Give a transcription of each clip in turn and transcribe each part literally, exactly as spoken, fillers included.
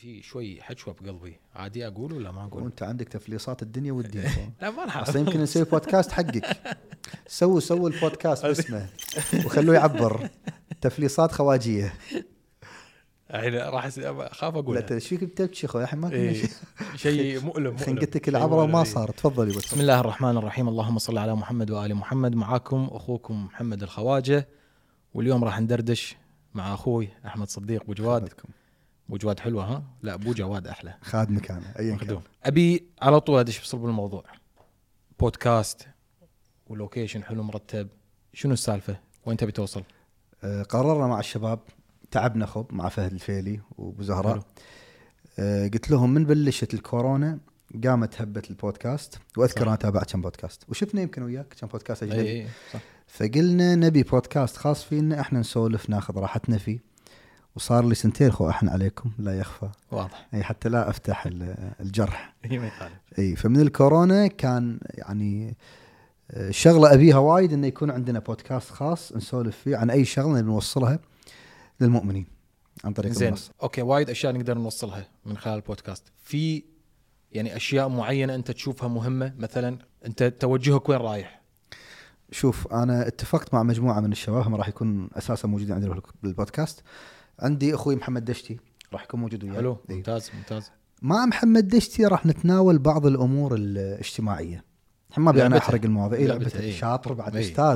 في شوي حشوه بقلبي، عادي اقول ولا ما اقول؟ وانت عندك تفليصات الدنيا والدين. لا ما راح اصلا يمكن نسوي بودكاست حقك. سووا سووا البودكاست باسمه وخلوه يعبر تفليصات خواجيه. الحين راح اخاف اقول. لا ايش فيك بتبكي اخوي؟ الحين ما كنا إيه شيء مؤلم. خلينا قلت لك العبره وما صار. تفضلي. بسم الله الرحمن الرحيم. اللهم صل على محمد وآل محمد. معاكم اخوكم محمد الخواجه، واليوم راح ندردش مع اخوي احمد صديق بوجواد. بوجواد حلوه ها؟ لا بو جواد احلى. خادمك انا اي كان. ابي على طول ادش بصلب الموضوع. بودكاست ولوكيشن حلو مرتب، شنو السالفه؟ وين تبي توصل؟ أه قررنا مع الشباب، تعبنا خب مع فهد الفيلي وابو زهراء. أه قلت لهم من بلشت الكورونا قامت هبه البودكاست، واذكر انا تابعت كم بودكاست وشفنا يمكن وياك كم بودكاست اجنبي. اي صح. فقلنا نبي بودكاست خاص فينا احنا نسولف ناخذ راحتنا فيه. وصار لي سنتين خو احنا عليكم لا يخفى. واضح. اي حتى لا افتح الجرح. اي ما يخالف. اي فمن الكورونا كان يعني شغله ابيها وايد انه يكون عندنا بودكاست خاص نسولف فيه عن اي شغله نوصلها للمؤمنين عن طريق زين. المنصه. اوكي وايد اشياء نقدر نوصلها من خلال البودكاست. في يعني اشياء معينه انت تشوفها مهمه، مثلا انت توجهك وين رايح؟ شوف انا اتفقت مع مجموعه من الشباب هم راح يكون اساسا موجودين عندنا بالبودكاست. عندي اخوي محمد دشتي راح يكون موجود وياي. حلو ممتاز ممتاز. مع محمد دشتي راح نتناول بعض الامور الاجتماعيه. الحين ما بينا احرق المواضيع. اي لعبته ايه. شاطر بعد ايه. استاذ.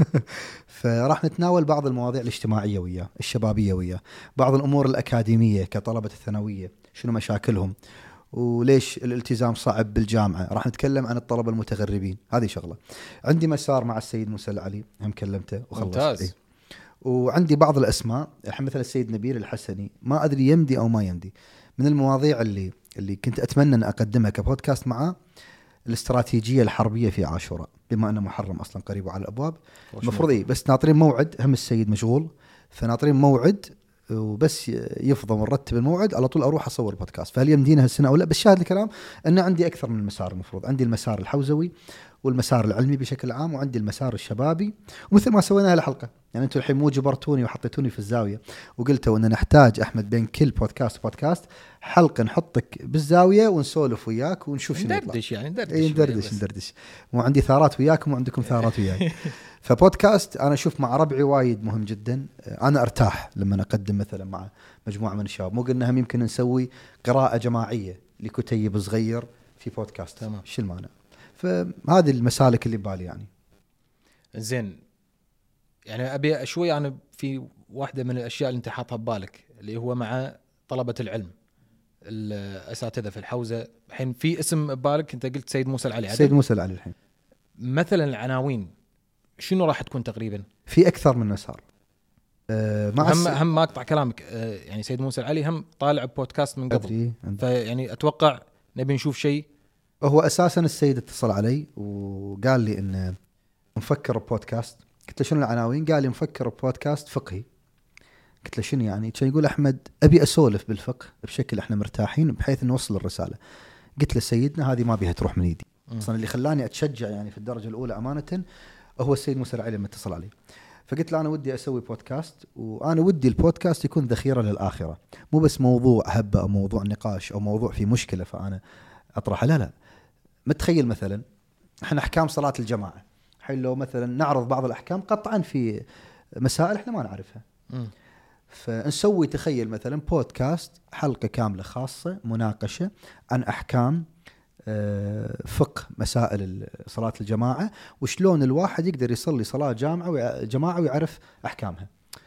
فراح نتناول بعض المواضيع الاجتماعيه وياه، الشبابيه وياه، بعض الامور الاكاديميه كطلبه الثانويه شنو مشاكلهم وليش الالتزام صعب بالجامعه. راح نتكلم عن الطلبه المتغربين، هذه شغله. عندي مسار مع السيد موسى العلي هم كلمته وخلصت. ممتاز. ايه. وعندي بعض الاسماء الحين مثل السيد نبيل الحسني، ما ادري يمدي او ما يمدي. من المواضيع اللي اللي كنت اتمنى ان اقدمها كبودكاست معاه الاستراتيجيه الحربيه في عاشوراء، بما انه محرم اصلا قريب على الابواب. المفروض ايه بس ناطرين موعد، هم السيد مشغول فناطرين موعد وبس يفضى ونرتب الموعد على طول اروح اصور البودكاست. فهل يمدينا هالسنه او لا؟ بس شاهد الكلام ان عندي اكثر من مسار. المفروض عندي المسار الحوزوي والمسار العلمي بشكل عام، وعندي المسار الشبابي. ومثل ما سوينا هالحلقه يعني انتم الحين مو جبرتوني وحطيتوني في الزاويه وقلتوا ان نحتاج احمد بين كل بودكاست بودكاست حلقه نحطك بالزاويه ونسولف وياك ونشوف شنو يطلع. ندردش يعني ندردش اي ندردش ندردش. مو عندي ثارات وياكم وعندكم ثارات وياي. فبودكاست انا اشوف مع ربعي وايد مهم جدا. انا ارتاح لما اقدم مثلا مع مجموعه من الشباب. مو قلنا هم يمكن نسوي قراءه جماعيه لكتيب صغير في بودكاست. تمام. شو المانع؟ فهذه المسالك اللي ببالي يعني. زين. يعني ابي شوي انا في واحده من الاشياء اللي انت حاطها ببالك اللي هو مع طلبه العلم الاساتذه في الحوزه. الحين في اسم ببالك انت قلت سيد موسى العلي. سيد موسى العلي. الحين مثلا العناوين شنو راح تكون تقريبا؟ في اكثر من مسار. أه مع هم هم ما اقطع كلامك. أه يعني سيد موسى العلي هم طالع بودكاست من قبل، فيعني اتوقع نبي نشوف شيء. هو اساسا السيد اتصل علي وقال لي ان نفكر ببودكاست. قلت له شنو العناوين؟ قال لي نفكر ببودكاست فقهي. قلت له شنو يعني؟ كان يقول احمد ابي اسولف بالفقه بشكل احنا مرتاحين بحيث نوصل الرساله. قلت له سيدنا هذه ما بيها تروح من ايدي. اصلا اللي خلاني اتشجع يعني في الدرجه الاولى امانه هو السيد موسى العلي لما اتصل علي. فقلت له انا ودي اسوي بودكاست، وانا ودي البودكاست يكون ذخيره للاخره، مو بس موضوع هبه او موضوع نقاش او موضوع في مشكله فانا اطرحها. لا لا متخيل مثلا احنا احكام صلاه الجماعه، حين لو مثلا نعرض بعض الاحكام قطعا في مسائل احنا ما نعرفها. م. فنسوي تخيل مثلا بودكاست حلقه كامله خاصه مناقشه عن احكام فقه مسائل صلاة الجماعة، وشلون الواحد يقدر يصلي صلاة جامعة جماعة ويعرف أحكامها.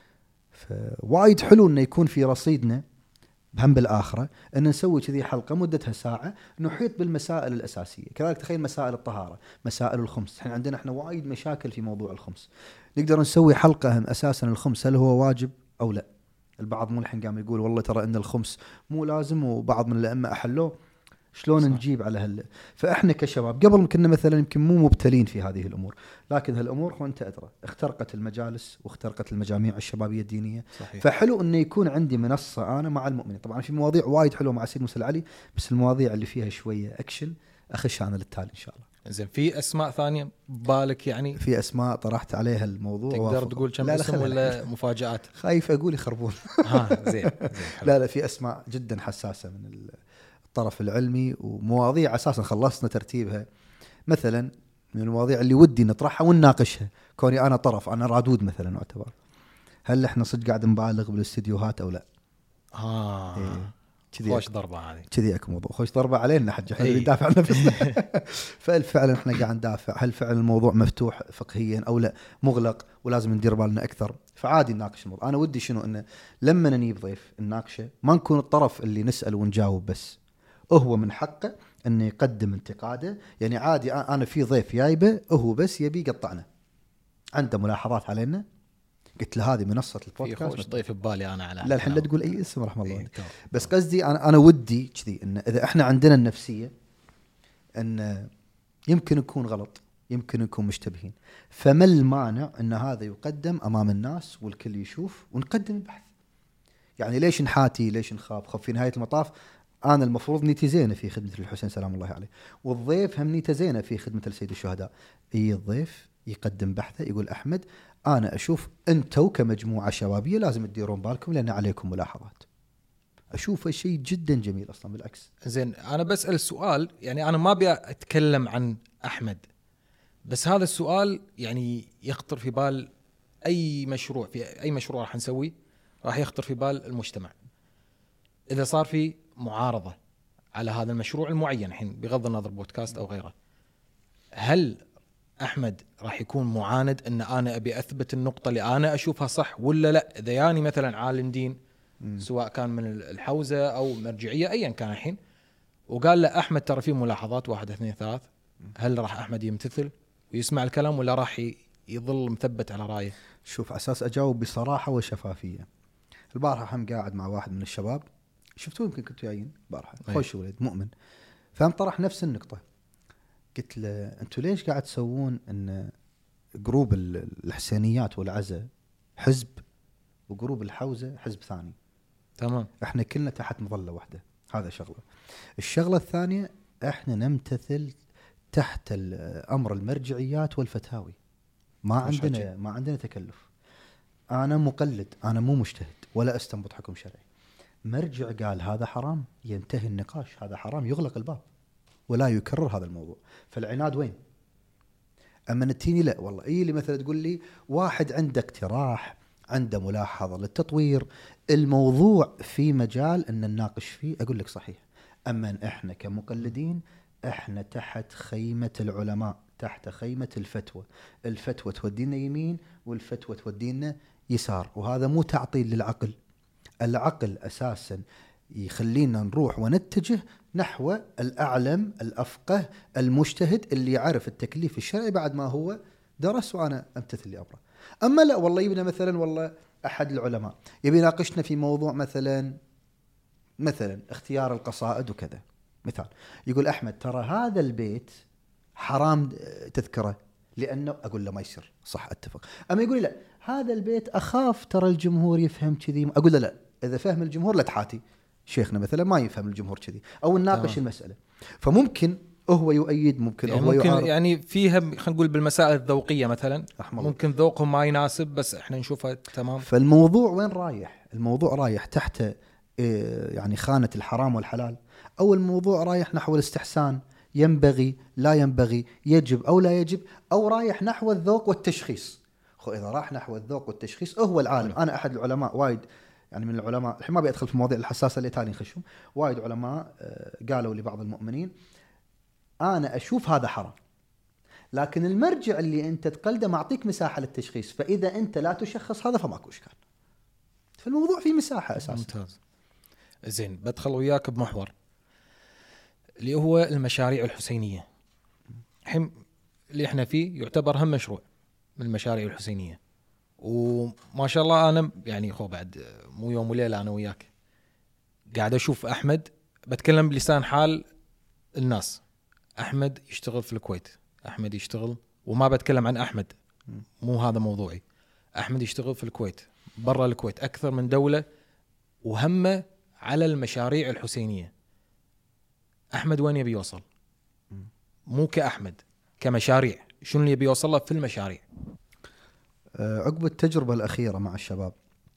فوايد حلو إنه يكون في رصيدنا بهم بالآخرة إن نسوي كذي حلقة مدتها ساعة نحيط بالمسائل الأساسية. كذلك تخيل مسائل الطهارة، مسائل الخمس. إحنا عندنا إحنا وايد مشاكل في موضوع الخمس. نقدر نسوي حلقة هم أساسا الخمس هل هو واجب أو لا. البعض ملحن قام يقول والله ترى إن الخمس مو لازم، وبعض من الأئمة أحلوه. شلون صح. نجيب على هال. فاحنا كشباب قبل كنا مثلا يمكن مو مبتلين في هذه الامور، لكن هالامور هو انت ادرى اخترقت المجالس واخترقت المجاميع الشبابيه الدينيه. صحيح. فحلو انه يكون عندي منصه انا مع المؤمنين. طبعا في مواضيع وايد حلوه مع سيد موسى العلي، بس المواضيع اللي فيها شويه اكشن اخش انا للتالي ان شاء الله. زين في اسماء ثانيه ببالك يعني؟ في اسماء طرحت عليها الموضوع. تقدر وافق. تقول كم لا لا اسم ولا مفاجآت؟ خايف اقول يخربون. ها زين, زين لا لا في اسماء جدا حساسه من الطرف العلمي، ومواضيع اساسا خلصنا ترتيبها. مثلا من المواضيع اللي ودي نطرحها ونناقشها، كوني انا طرف، انا رادود مثلا اعتبر، هل احنا صدق قاعد نبالغ بالاستديوهات او لا؟ اه إيه. خوش ضربه هذه، كذي اكو موضوع خوش ضربه علينا حج احنا أي. اللي ندافع عن نفسنا. فعلا احنا قاعد ندافع، هل فعلا الموضوع مفتوح فقهيا او لا مغلق ولازم ندير بالنا اكثر؟ فعادي نناقش الموضوع. انا ودي شنو انه لما نجيب ضيف نناقشه ما نكون الطرف اللي نسال ونجاوب بس، هو من حقه انه يقدم انتقاده. يعني عادي انا في ضيف جايبه هو بس يبي يقطعنا، عنده ملاحظات علينا، قلت له هذه منصه البودكاست. في خوش ضيف ببالي انا على لا الحين لا تقول اي اسم رحمه الله. إيه بس قصدي انا انا ودي كذي ان اذا احنا عندنا النفسيه ان يمكن نكون غلط، يمكن نكون مشتبهين، فما المانع ان هذا يقدم امام الناس والكل يشوف ونقدم البحث؟ يعني ليش نحاتي، ليش نخاف؟ خف في نهايه المطاف انا المفروض نيتي زينه في خدمه الحسين سلام الله عليه، والضيف هم نيته زينه في خدمه السيد الشهداء. اي الضيف يقدم بحثه يقول احمد انا اشوف انتوا كمجموعه شبابيه لازم تديرون بالكم لان عليكم ملاحظات. اشوفه شيء جدا جميل اصلا بالعكس. زين انا بسال السؤال، يعني انا ما ابي اتكلم عن احمد، بس هذا السؤال يعني يخطر في بال اي مشروع، في اي مشروع راح نسويه راح يخطر في بال المجتمع. اذا صار في معارضه على هذا المشروع المعين، الحين بغض النظر بودكاست او غيره، هل احمد راح يكون معاند ان انا ابي اثبت النقطه اللي انا اشوفها صح ولا لا؟ اذا ياني مثلا عالم دين م. سواء كان من الحوزه او مرجعيه ايا كان الحين، وقال له احمد ترى في ملاحظات واحد اثنين ثلاث، هل راح احمد يمتثل ويسمع الكلام ولا راح يظل مثبت على رايه؟ شوف اساس اجاوب بصراحه وشفافيه. البارحه هم قاعد مع واحد من الشباب، شفتوه يمكن كنتوا جايين البارحه، خوش ولد مؤمن، فهم طرح نفس النقطه. قلت له انتوا ليش قاعد تسوون ان جروب الحسينيات والعزة حزب وجروب الحوزه حزب ثاني؟ تمام، احنا كلنا تحت مظله واحده، هذا شغله. الشغله الثانيه احنا نمتثل تحت امر المرجعيات والفتاوي، ما عندنا حجي. ما عندنا تكلف. انا مقلد، انا مو مجتهد ولا استنبط حكم شرعي. مرجع قال هذا حرام ينتهي النقاش، هذا حرام يغلق الباب ولا يكرر هذا الموضوع. فالعناد وين؟ اما نتيني لا والله اي اللي مثلا تقول لي واحد عنده اقتراح، عنده ملاحظه للتطوير، الموضوع في مجال ان نناقش فيه، اقول لك صحيح. اما احنا كمقلدين احنا تحت خيمه العلماء، تحت خيمه الفتوى، الفتوى تودينا يمين والفتوى تودينا يسار، وهذا مو تعطيل للعقل. العقل اساسا يخلينا نروح ونتجه نحو الأعلم الأفقه المجتهد اللي يعرف التكليف الشرعي بعد ما هو درس وأنا أمتثل لأمره. أما لا والله يبنى مثلا والله أحد العلماء يبي يناقشنا في موضوع مثلا مثلا اختيار القصائد وكذا، مثال يقول أحمد ترى هذا البيت حرام تذكره لأنه، أقول له ما يصير، صح أتفق. أما يقول لا هذا البيت أخاف ترى الجمهور يفهم كذي، أقول له لا إذا فهم الجمهور لا تحاتي، شيخنا مثلا ما يفهم الجمهور كذي، او نناقش المساله. فممكن هو يؤيد، ممكن يعني هو ممكن يعارض، يعني فيها خلينا نقول بالمسائل الذوقيه مثلا أحمد. ممكن ذوقهم ما يناسب بس احنا نشوفها تمام. فالموضوع وين رايح؟ الموضوع رايح تحت يعني خانه الحرام والحلال، او الموضوع رايح نحو الاستحسان، ينبغي لا ينبغي، يجب او لا يجب، او رايح نحو الذوق والتشخيص. خو اذا راح نحو الذوق والتشخيص هو العالم. انا احد العلماء وايد يعني من العلماء، الحين ما بيدخل في المواضيع الحساسه اللي تاني نخشهم، وايد علماء قالوا لبعض المؤمنين انا اشوف هذا حرام، لكن المرجع اللي انت تقلده معطيك مساحه للتشخيص، فاذا انت لا تشخص هذا فماكو اشكال. فالموضوع فيه مساحه اساسا. ممتاز. زين بدخل وياك بمحور اللي هو المشاريع الحسينيه. الحين اللي احنا فيه يعتبر هم مشروع من المشاريع الحسينيه، وما شاء الله انا يعني خو بعد مو يوم وليله انا وياك قاعد اشوف احمد، بتكلم بلسان حال الناس، احمد يشتغل في الكويت، احمد يشتغل، وما بتكلم عن احمد مو هذا موضوعي، احمد يشتغل في الكويت برا الكويت اكثر من دوله وهمه على المشاريع الحسينيه. احمد وين يبي يوصل؟ مو كاحمد، كمشاريع، شنو اللي يبي يوصل له في المشاريع؟ عقب التجربة الأخيرة مع الشباب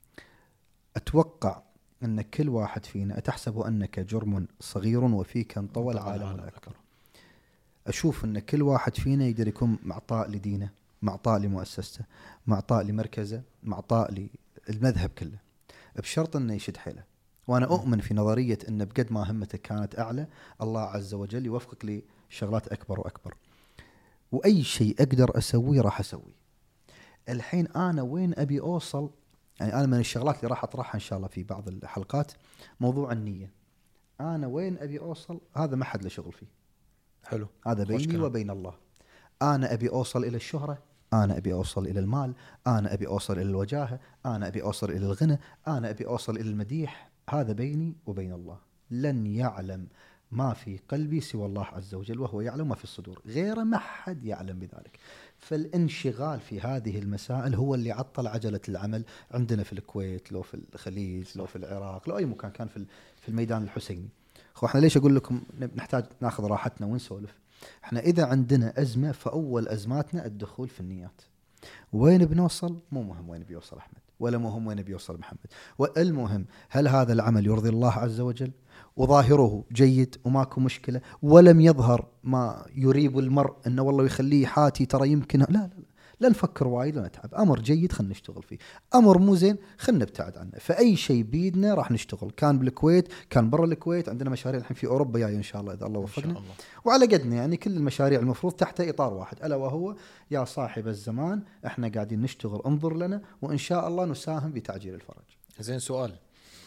أتوقع أن كل واحد فينا أتحسب أنك جرم صغير وفيك انطوى العالم الأكبر. أشوف أن كل واحد فينا يقدر يكون معطاء لدينه، معطاء لمؤسسته، معطاء لمركزه، معطاء للمذهب كله، بشرط أنه يشد حيله. وأنا أؤمن في نظرية أن بقد ما همتك كانت أعلى الله عز وجل يوفقك لشغلات أكبر وأكبر، وأي شيء أقدر أسويه راح أسويه. الحين أنا وين أبي أوصل؟ يعني أنا من الشغلات اللي راح أطرحها إن شاء الله في بعض الحلقات موضوع النية. أنا وين أبي أوصل هذا ما حد له شغل فيه. حلو. هذا بيني وبين الله. أنا أبي أوصل إلى الشهرة، أنا أبي أوصل إلى المال، أنا أبي أوصل إلى الوجاهة، أنا أبي أوصل إلى الغنى، أنا أبي أوصل إلى المديح. هذا بيني وبين الله. لن يعلم ما في قلبي سوى الله عز وجل، وهو يعلم ما في الصدور، غير ما حد يعلم بذلك. فالانشغال في هذه المسائل هو اللي عطل عجلة العمل عندنا في الكويت، لو في الخليج، لو في العراق، لو أي مكان كان في في الميدان الحسيني. خو احنا ليش أقول لكم نحتاج ناخذ راحتنا ونسولف؟ احنا إذا عندنا أزمة فأول أزماتنا الدخول في النيات. وين بنوصل؟ مو مهم وين بيوصل أحمد، ولا مهم وين بيوصل محمد، والمهم هل هذا العمل يرضي الله عز وجل وظاهره جيد وماكو مشكلة، ولم يظهر ما يريب المرء أنه والله يخليه حاتي ترى يمكن. لا لا لا, لا نفكر وايد ولا نتعب. أمر جيد خلنا نشتغل فيه، أمر مو زين خلنا نبتعد عنه. فأي شيء بيدنا راح نشتغل، كان بالكويت كان برا الكويت. عندنا مشاريع الحين في أوروبا جاي إن شاء الله إذا الله وفقنا، وعلى قدنا يعني كل المشاريع المفروض تحت إطار واحد، ألا وهو يا صاحب الزمان احنا قاعدين نشتغل، انظر لنا وإن شاء الله نساهم بتعجيل الفرج. زين سؤال،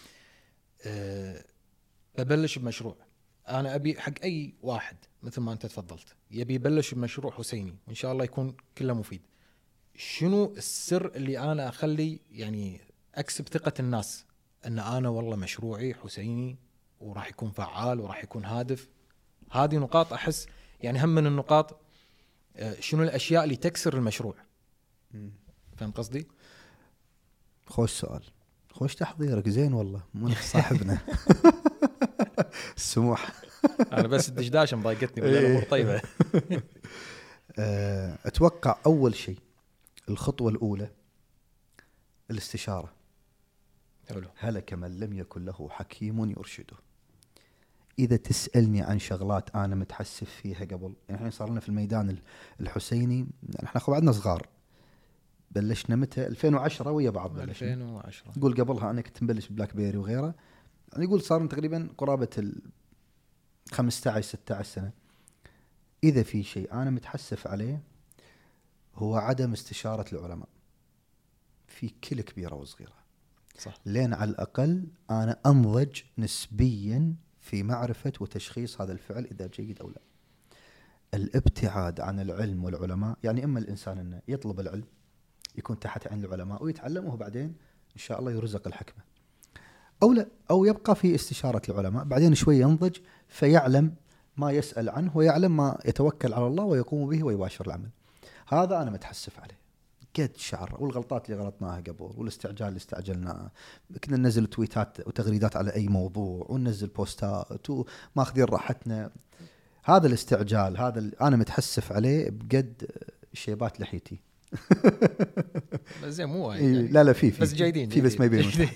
أه ببلش بمشروع. أنا أبي حق أي واحد مثل ما أنت تفضلت يبي يبلش بمشروع حسيني وإن شاء الله يكون كله مفيد. شنو السر اللي أنا أخلي يعني أكسب ثقة الناس أن أنا والله مشروعي حسيني وراح يكون فعال وراح يكون هادف؟ هذه نقاط أحس يعني هم من النقاط. شنو الأشياء اللي تكسر المشروع؟ فهم قصدي؟ خوش سؤال، خوش تحضيرك، زين والله مو صاحبنا. السموح. أنا بس الدشداشة مضايقتني ولا الأمور طيبة. أتوقع أول شيء الخطوة الأولى الاستشارة. حلو. هلك من لم يكن له حكيم يرشده. إذا تسألني عن شغلات أنا متحسف فيها قبل، يعني إحنا صار لنا في الميدان الحسيني، يعني إحنا خبعدنا صغار، بلشنا متى؟ ألفين وعشرة ويا بعض بلشنا. ألفين وعشرة. يقول قبلها أنا كنت مبلش بلاك بيري وغيره، يعني يقول صار تقريبا قرابة ال خمسة عشر ستة عشر سنة. إذا في شيء أنا متحسف عليه هو عدم استشارة العلماء في كل كبيرة وصغيرة. صح. لين على الأقل أنا أنضج نسبيا في معرفة وتشخيص هذا الفعل إذا جيد أو لا. الابتعاد عن العلم والعلماء يعني إما الإنسان أنه يطلب العلم يكون تحت عين العلماء ويتعلمه بعدين إن شاء الله يرزق الحكمة، أو لا، أو يبقى في استشارة العلماء بعدين شوي ينضج فيعلم ما يسأل عنه ويعلم ما يتوكل على الله ويقوم به ويباشر العمل. هذا أنا متحسف عليه قد شعر، والغلطات اللي غلطناها قبل، والاستعجال اللي استعجلناه. كنا ننزل تويتات وتغريدات على أي موضوع وننزل بوستات وماخذين راحتنا. هذا الاستعجال هذا أنا متحسف عليه بقد شيبات لحيتي. زين مو يعني لا لا في في بس جيدين في بس ما يبين.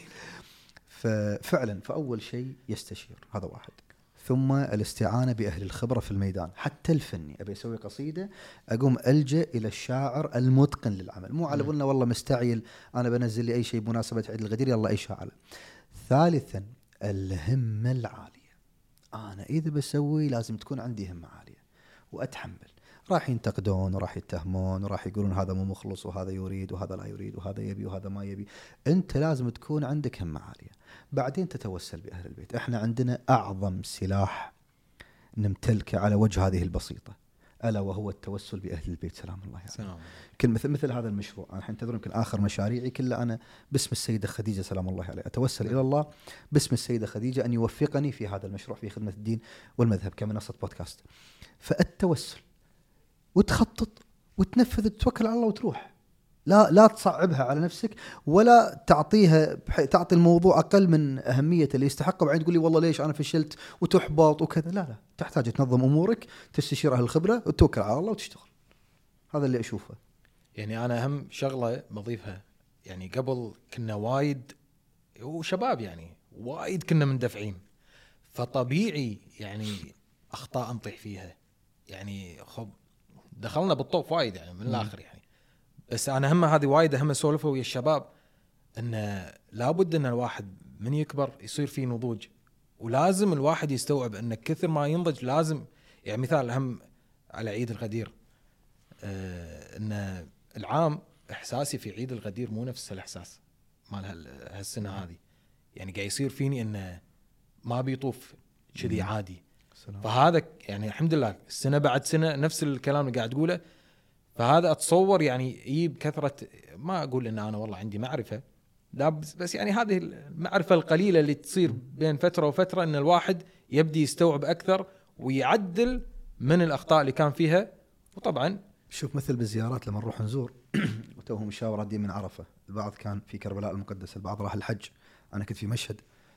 ففعلا فأول شيء يستشير، هذا واحد. ثم الاستعانة بأهل الخبرة في الميدان حتى الفني. أبي أسوي قصيدة أقوم ألجأ إلى الشاعر المتقن للعمل، مو على بالنا والله مستعجل أنا بنزل لي أي شيء بمناسبة عيد الغدير يلا أي شاعر. ثالثا الهمة العالية. أنا إذا بسوي لازم تكون عندي همة عالية وأتحمل. راح ينتقدون وراح يتهمون وراح يقولون هذا مو مخلص وهذا يريد وهذا لا يريد وهذا يبي وهذا ما يبي. أنت لازم تكون عندك همة عالية، بعدين تتوسل بأهل البيت. احنا عندنا أعظم سلاح نمتلكه على وجه هذه البسيطة ألا وهو التوسل بأهل البيت سلام الله عليهم. كل مثل مثل هذا المشروع أنا الحين تدرون يمكن آخر مشاريعي كلها أنا باسم السيدة خديجة سلام الله عليها، أتوسل إلى الله باسم السيدة خديجة أن يوفقني في هذا المشروع في خدمة الدين والمذهب كمنصة بودكاست. فالتوسل وتخطط وتنفذ وتتوكل على الله وتروح. لا لا تصعبها على نفسك ولا تعطيها تعطي الموضوع أقل من أهمية اللي يستحقه وبعدين تقول لي والله ليش أنا فشلت وتحبط وكذا. لا لا، تحتاج تنظم أمورك، تستشير أهل الخبرة وتتوكل على الله وتشتغل. هذا اللي اشوفه. يعني انا اهم شغله بضيفها، يعني قبل كنا وايد وشباب يعني وايد كنا مندفعين، فطبيعي يعني اخطاء نطيح فيها، يعني خب دخلنا بالطوف وايد يعني من الاخر يعني. بس انا هم هذه وايد اهم اسولفه ويا الشباب، انه لابد ان الواحد من يكبر يصير فيه نضوج، ولازم الواحد يستوعب ان كثر ما ينضج لازم، يعني مثال اهم على عيد الغدير، آه ان العام احساسي في عيد الغدير مو نفس الاحساس مال هال- هالسنه هذه، يعني قاعد يصير فيني انه ما بيطوف كذي عادي. سلام. فهذا يعني الحمد لله السنه بعد سنه نفس الكلام اللي قاعد تقوله، فهذا اتصور يعني يجيب كثره، ما اقول ان انا والله عندي معرفه لا، بس, بس يعني هذه المعرفه القليله اللي تصير بين فتره وفتره ان الواحد يبدي يستوعب اكثر ويعدل من الاخطاء اللي كان فيها. وطبعا شوف مثل بالزيارات لما نروح نزور وتوهم الشاور رادين من عرفه، البعض كان في كربلاء المقدسه، البعض راح الحج، انا كنت في مشهد.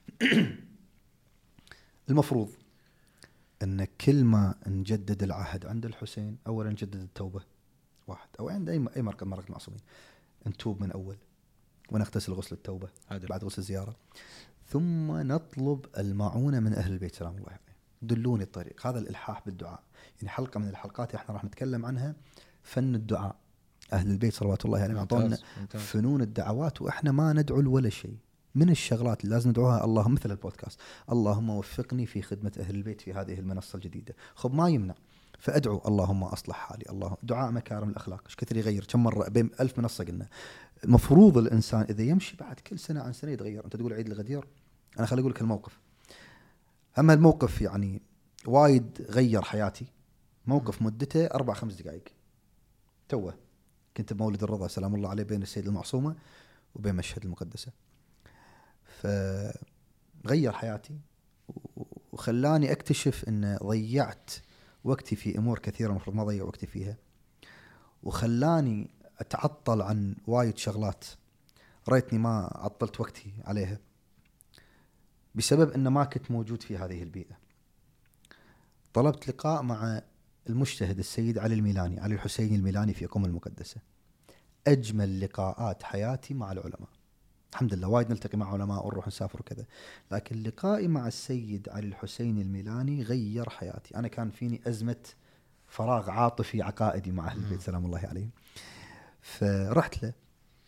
المفروض ان كل ما نجدد العهد عند الحسين، اولا نجدد التوبه واحد، او عند اي اي مركز مركز معصومين نتوب من اول ونغتسل غسل التوبه عدل. بعد غسل الزياره، ثم نطلب المعونه من اهل البيت سلام الله عليه، دلوني الطريق. هذا الالحاح بالدعاء، يعني حلقه من الحلقات احنا راح نتكلم عنها فن الدعاء. اهل البيت صلوات الله عليهم اعطونا فنون الدعوات، واحنا ما ندعو ولا شيء. من الشغلات اللي لازم ندعوها اللهم، مثل البودكاست، اللهم وفقني في خدمة أهل البيت في هذه المنصة الجديدة. خب ما يمنع، فأدعو اللهم أصلح حالي، الله دعاء مكارم الأخلاق، إيش كثر يغير، كم مرة بين ألف منصة قلنا. المفروض الإنسان إذا يمشي بعد كل سنة عن سنة يتغير. أنت تقول عيد الغدير، أنا خلي أقول لك الموقف. أما الموقف يعني وايد غير حياتي، موقف مدته أربع خمس دقائق توه. كنت بمولد الرضا سلام الله عليه بين السيد المعصومة وبين مشهد المقدسة، فغير حياتي وخلاني أكتشف أن ضيعت وقتي في أمور كثيرة المفروض ما ضيع وقتي فيها، وخلاني أتعطل عن وايد شغلات ريتني ما عطلت وقتي عليها بسبب أن ما كنت موجود في هذه البيئة. طلبت لقاء مع المجتهد السيد علي الميلاني، علي الحسيني الميلاني في قم المقدسة. أجمل لقاءات حياتي مع العلماء، الحمد لله وايد نلتقي مع علماء ونروح نسافر وكذا، لكن لقائي مع السيد علي الحسيني الميلاني غير حياتي. أنا كان فيني أزمة فراغ عاطفي عقائدي مع أهل البيت سلام الله عليهم، فرحت له،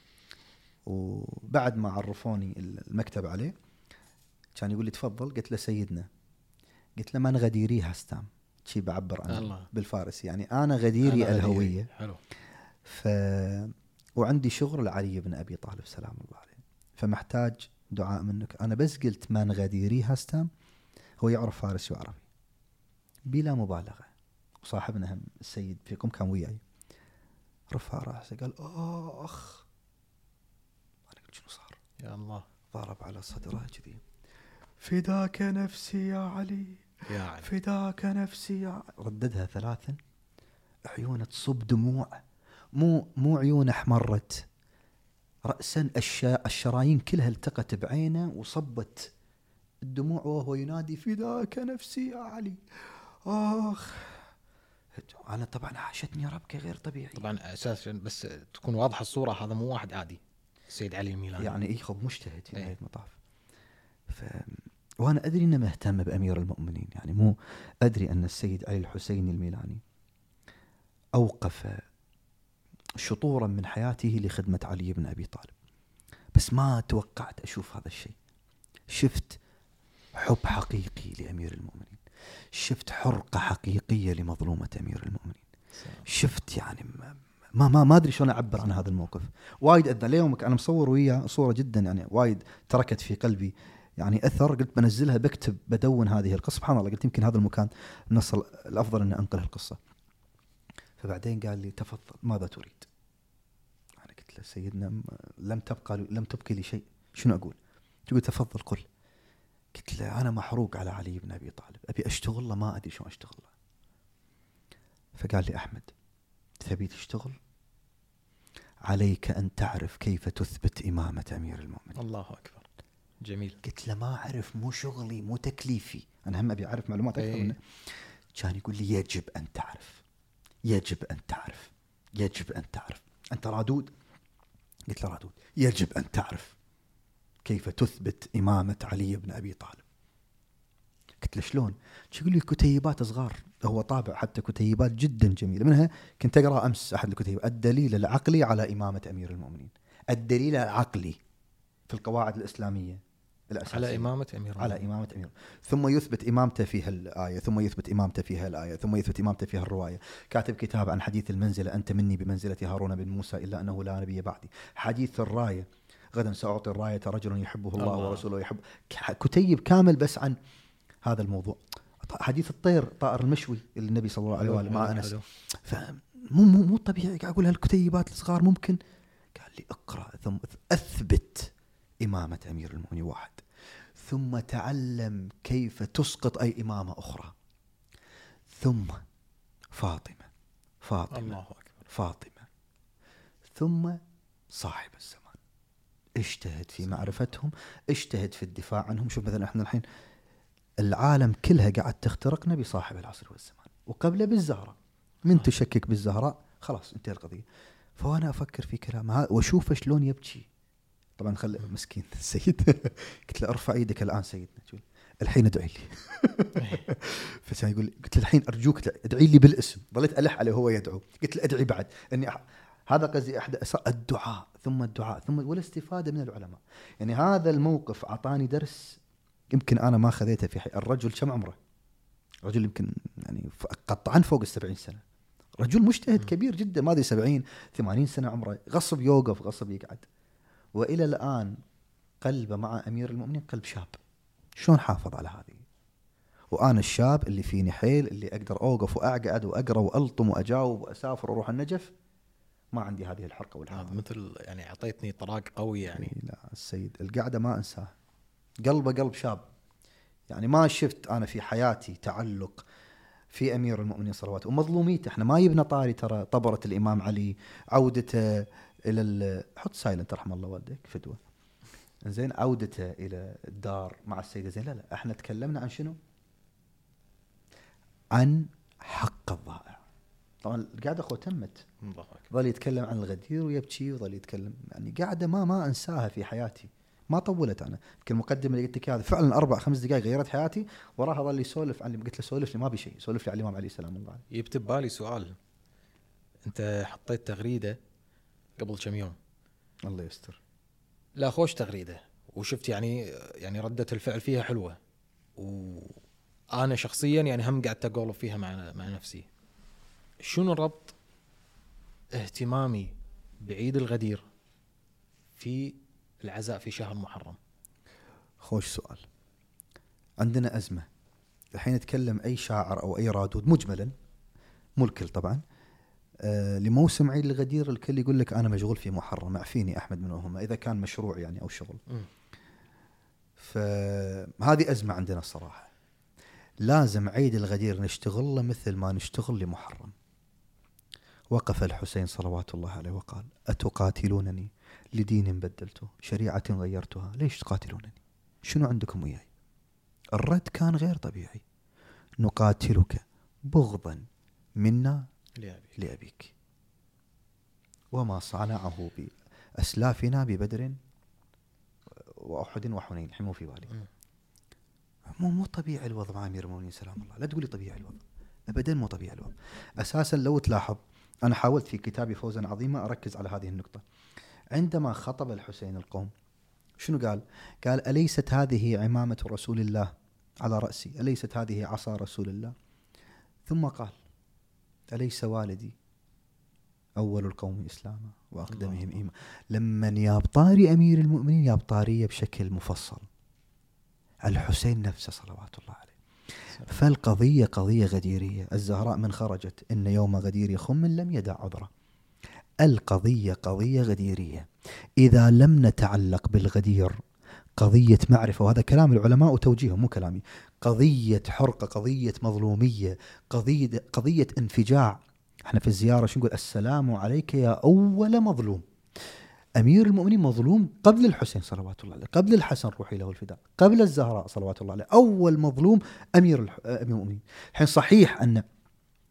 وبعد ما عرفوني المكتب عليه كان يقول لي تفضل. قلت له سيدنا، قلت له من غديري هستام، شي بعبر عنه الله. بالفارسي، يعني أنا غديري أنا الهوية. حلو. ف وعندي شغل لعلي بن أبي طالب سلام الله عليه، فمحتاج دعاء منك. أنا بس قلت من غديري هستام، هو يعرف فارسي وعربي بلا مبالغة، وصاحبنا هم السيد فيكم كان وياي، رفع راسه قال آخ. أنا قلت شنو صار؟ يا الله. ضرب على صدره كذي، فداك نفسي يا علي، يا علي. فداك نفسي يا علي. رددها ثلاثا، عيونه تصب دموع، مو مو عيونه احمرت، رأسا الشرايين كلها التقت بعينه وصبت الدموع وهو ينادي فداك نفسي يا علي. آخ. أنا طبعا عاشتني ربكة غير طبيعي. طبعا أساسا بس تكون واضحة الصورة، هذا مو واحد عادي، السيد علي الميلاني يعني إيه، خب مجتهد في أيه. نهاية المطاف. ف... وأنا أدري أنه مهتم بأمير المؤمنين، يعني مو أدري أن السيد علي الحسيني الميلاني أوقف شطورا من حياته لخدمة علي بن أبي طالب، بس ما توقعت أشوف هذا الشيء. شفت حب حقيقي لأمير المؤمنين، شفت حرقة حقيقية لمظلومة أمير المؤمنين، شفت يعني ما ما ما أدري شلون أعبر عن هذا الموقف. وايد أذى ليومك، أنا مصور وياه صورة جدا يعني وايد تركت في قلبي يعني أثر. قلت بنزلها بكتب بدون هذه القصة، سبحان الله قلت يمكن هذا المكان النص الأفضل أن أنقل القصة. فبعدين قال لي تفضل ماذا تريد؟ أنا قلت له سيدنا لم تبقى لم تبقي لي شيء، شنو أقول؟ تقول تفضل قل. قلت له أنا محروق على علي بن أبي طالب، أبي أشتغل له ما أدري شو أشتغل له. فقال لي أحمد تبي تشتغل، عليك أن تعرف كيف تثبت إمامة أمير المؤمنين. الله أكبر، جميل. قلت له ما أعرف، مو شغلي مو تكليفي، أنا هم أبي أعرف معلومات أكثر ايه. منه. كان يقول لي يجب أن تعرف، يجب أن تعرف. يجب أن تعرف. أنت رادود؟ قلت له رادود. يجب أن تعرف كيف تثبت إمامة علي بن أبي طالب. قلت له شلون؟ يقول لي كتيبات صغار، هو طابع حتى كتيبات جدا جميلة، منها كنت أقرأ أمس أحد الكتيبات: الدليل العقلي على إمامة أمير المؤمنين. الدليل العقلي في القواعد الإسلامية الأساسية على إمامة أمير على إمامة أمير، ثم يثبت إمامته فيها الآية، ثم يثبت إمامته فيها الآية، ثم يثبت إمامته فيها الرواية. كاتب كتاب عن حديث المنزلة: أنت مني بمنزلة هارون بن موسى إلا أنه لا نبي بعدي. حديث الراية: غدا سأعطي الراية رجل يحبه الله, الله. ورسوله يحب. كتيب كامل بس عن هذا الموضوع. حديث الطير طائر المشوي اللي النبي صلى الله عليه وآله مع أنس. فمو مو مو طبيعي أقول هالكتيبات الصغار ممكن. قال لي اقرأ ثم أثبت إمامة أمير المؤمنين واحد، ثم تعلم كيف تسقط أي إمامة أخرى، ثم فاطمة فاطمة الله أكبر. فاطمة، ثم صاحب الزمان. اجتهد في معرفتهم، اجتهد في الدفاع عنهم. شوف مثلا احنا الحين العالم كلها قاعد تخترقنا بصاحب العصر والزمان، وقبله بالزهراء. من تشكك بالزهراء خلاص انتهى القضية. فأنا أفكر في كلام هذا وأشوف شلون يبكي. طبعا خل مسكين السيد قلت له ارفع ايدك الآن سيدنا، الحين ادعي لي. فكان يقول، قلت له الحين أرجوك ادعي لي بالاسم. ظليت ألح عليه وهو يدعو. قلت له ادعي بعد اني أح... هذا قصدي احد الدعاء ثم الدعاء ثم والاستفادة من العلماء. يعني هذا الموقف أعطاني درس يمكن أنا ما خذيته في حي. الرجل كم عمره؟ رجل يمكن يعني قطعا فوق السبعين سنة، رجل مجتهد كبير جدا، ما أدري سبعين ثمانين سنة عمره، غصب يوقف غصب يقعد، وإلى الآن قلبه مع أمير المؤمنين قلب شاب. شلون حافظ على هذه؟ وأنا الشاب اللي فيني حيل، اللي أقدر أوقف وأقعد وأقرأ وألطم وأجاوب وأسافر وأروح النجف، ما عندي هذه الحرقة والحرقة. مثل يعني أعطيتني طراق قوي يعني. لا السيد القعدة ما أنساه، قلبه قلب شاب. يعني ما شفت أنا في حياتي تعلق في أمير المؤمنين صلواته ومظلوميته. احنا ما يبنى طاري ترى طبرة الإمام علي، عودته إلى ال... حط سايلنت رحم الله والديك فدوة، زين، عودته إلى الدار مع السيدة زين. لا لا احنا تكلمنا عن شنو؟ عن حق الضائع. طبعا القعدة أخوة تمت، ظل يتكلم عن الغدير ويبكي وظل يتكلم، يعني قاعدة ما ما أنساها في حياتي، ما طولت. أنا يمكن المقدمة اللي قلت لك هذا فعلا أربع خمس دقائق غيرت حياتي، وراها ظل يسولف عن، قلت له سولف لي ما بي شيء، سولف لي على الإمام علي السلام الله عليه. يبتب بالي سؤال، أنت حطيت تغريدة قبل كم يوم، الله يستر، لا خوش تغريدة، وشفت يعني يعني ردة الفعل فيها حلوة، وأنا شخصيا يعني هم قعدت أقولب فيها مع مع نفسي. شنو ربط اهتمامي بعيد الغدير في العزاء في شهر محرم؟ خوش سؤال. عندنا أزمة الحين، نتكلم أي شاعر أو أي رادود مجملا، مو الكل طبعا، آه لموسم عيد الغدير الكل يقول لك أنا مشغول في محرم، اعفيني أحمد منهم إذا كان مشروع يعني أو شغل. م. فهذه أزمة عندنا الصراحة. لازم عيد الغدير نشتغل له مثل ما نشتغل لمحرم. وقف الحسين صلوات الله عليه وقال: أتقاتلونني لدين بدلته شريعة غيرتها، ليش تقاتلونني؟ شنو عندكم وياي؟ الرد كان غير طبيعي: نقاتلك بغضا منا لأبيك, لأبيك. وما صنعه بأسلافنا ببدر وأحد وحنين حموا في بالي. مو مو طبيعي الوضع مع أمير المؤمنين سلام الله. لا تقولي طبيعي الوضع، أبدا مو طبيعي الوضع. أساسا لو تلاحظ أنا حاولت في كتابي فوزا عظيما أركز على هذه النقطة. عندما خطب الحسين القوم شنو قال؟ قال: أليست هذه عمامة رسول الله على رأسي؟ أليست هذه عصا رسول الله؟ ثم قال: أليس والدي أول القوم إسلاما وأقدمهم إيمان؟ لما يابطاري أمير المؤمنين يابطارية بشكل مفصل الحسين نفسه صلوات الله عليه. فالقضية قضية غديرية. الزهراء من خرجت إن يوم غدير خم لم يدع عذرا. القضية قضية غديرية. إذا لم نتعلق بالغدير قضية معرفة، وهذا كلام العلماء وتوجيههم مو كلامي، قضية حرقة، قضية مظلومية، قضية قضية انفجاع. احنا في الزيارة شو نقول؟ السلام عليك يا أول مظلوم. أمير المؤمنين مظلوم قبل الحسين صلوات الله عليه، قبل الحسن روحي له الفداء، قبل الزهراء صلوات الله عليه، أول مظلوم أمير المؤمنين. الحين صحيح أن